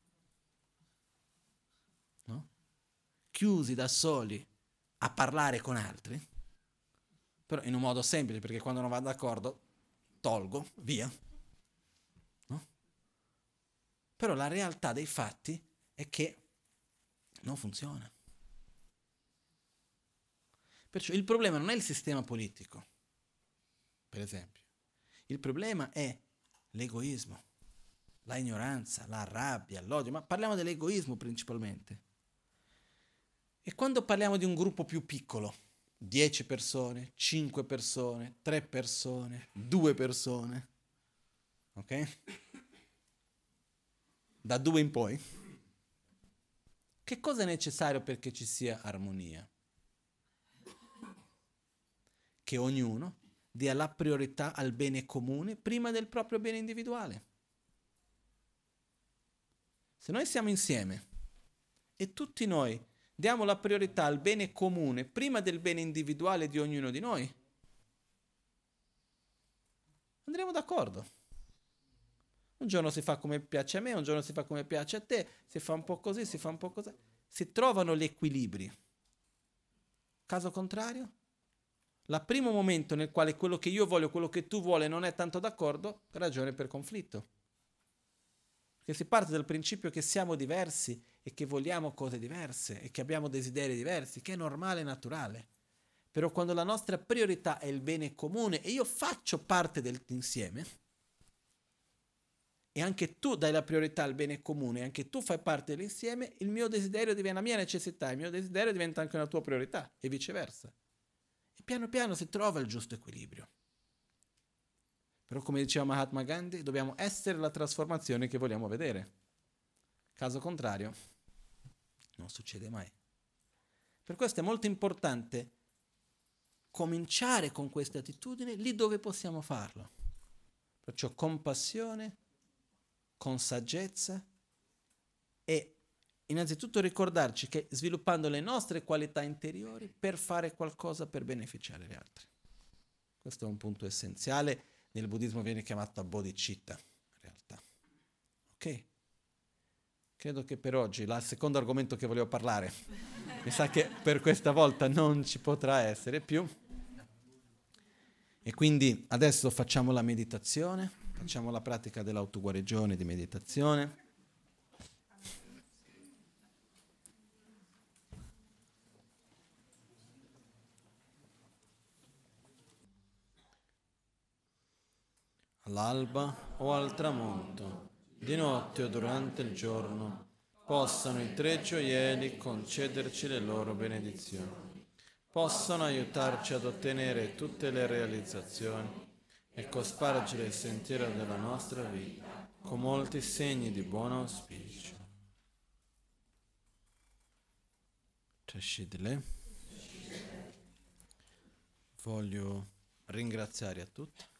no? Chiusi da soli a parlare con altri, però in un modo semplice, perché quando non va d'accordo tolgo, via. No? Però la realtà dei fatti è che non funziona. Perciò il problema non è il sistema politico, per esempio. Il problema è l'egoismo, la ignoranza, la rabbia, l'odio, ma parliamo dell'egoismo principalmente. E quando parliamo di un gruppo più piccolo, dieci persone, cinque persone, tre persone, due persone, ok? Da due in poi, che cosa è necessario perché ci sia armonia? Che ognuno dia la priorità al bene comune prima del proprio bene individuale. Se noi siamo insieme e tutti noi diamo la priorità al bene comune prima del bene individuale di ognuno di noi, andremo d'accordo. Un giorno si fa come piace a me, un giorno si fa come piace a te, si fa un po' così, si fa un po' così. Si trovano gli equilibri. Caso contrario, il primo momento nel quale quello che io voglio, quello che tu vuoi non è tanto d'accordo, ragione per conflitto. Perché si parte dal principio che siamo diversi e che vogliamo cose diverse e che abbiamo desideri diversi, che è normale e naturale. Però quando la nostra priorità è il bene comune e io faccio parte dell'insieme, e anche tu dai la priorità al bene comune, anche tu fai parte dell'insieme, il mio desiderio diventa la mia necessità, il mio desiderio diventa anche una tua priorità e viceversa. E piano piano si trova il giusto equilibrio. Però come diceva Mahatma Gandhi, dobbiamo essere la trasformazione che vogliamo vedere. Caso contrario, non succede mai. Per questo è molto importante cominciare con queste attitudini lì dove possiamo farlo. Perciò compassione, con saggezza e innanzitutto ricordarci che sviluppando le nostre qualità interiori per fare qualcosa per beneficiare gli altri. Questo è un punto essenziale, nel buddismo viene chiamato bodhicitta, in realtà. Ok? Credo che per oggi, il secondo argomento che volevo parlare, mi sa che per questa volta non ci potrà essere più. E quindi adesso facciamo la meditazione, facciamo la pratica dell'autoguarigione di meditazione. All'alba o al tramonto, di notte o durante il giorno, possano i tre gioielli concederci le loro benedizioni, possano aiutarci ad ottenere tutte le realizzazioni e cospargere il sentiero della nostra vita con molti segni di buon auspicio. Tashidle. Voglio ringraziare a tutti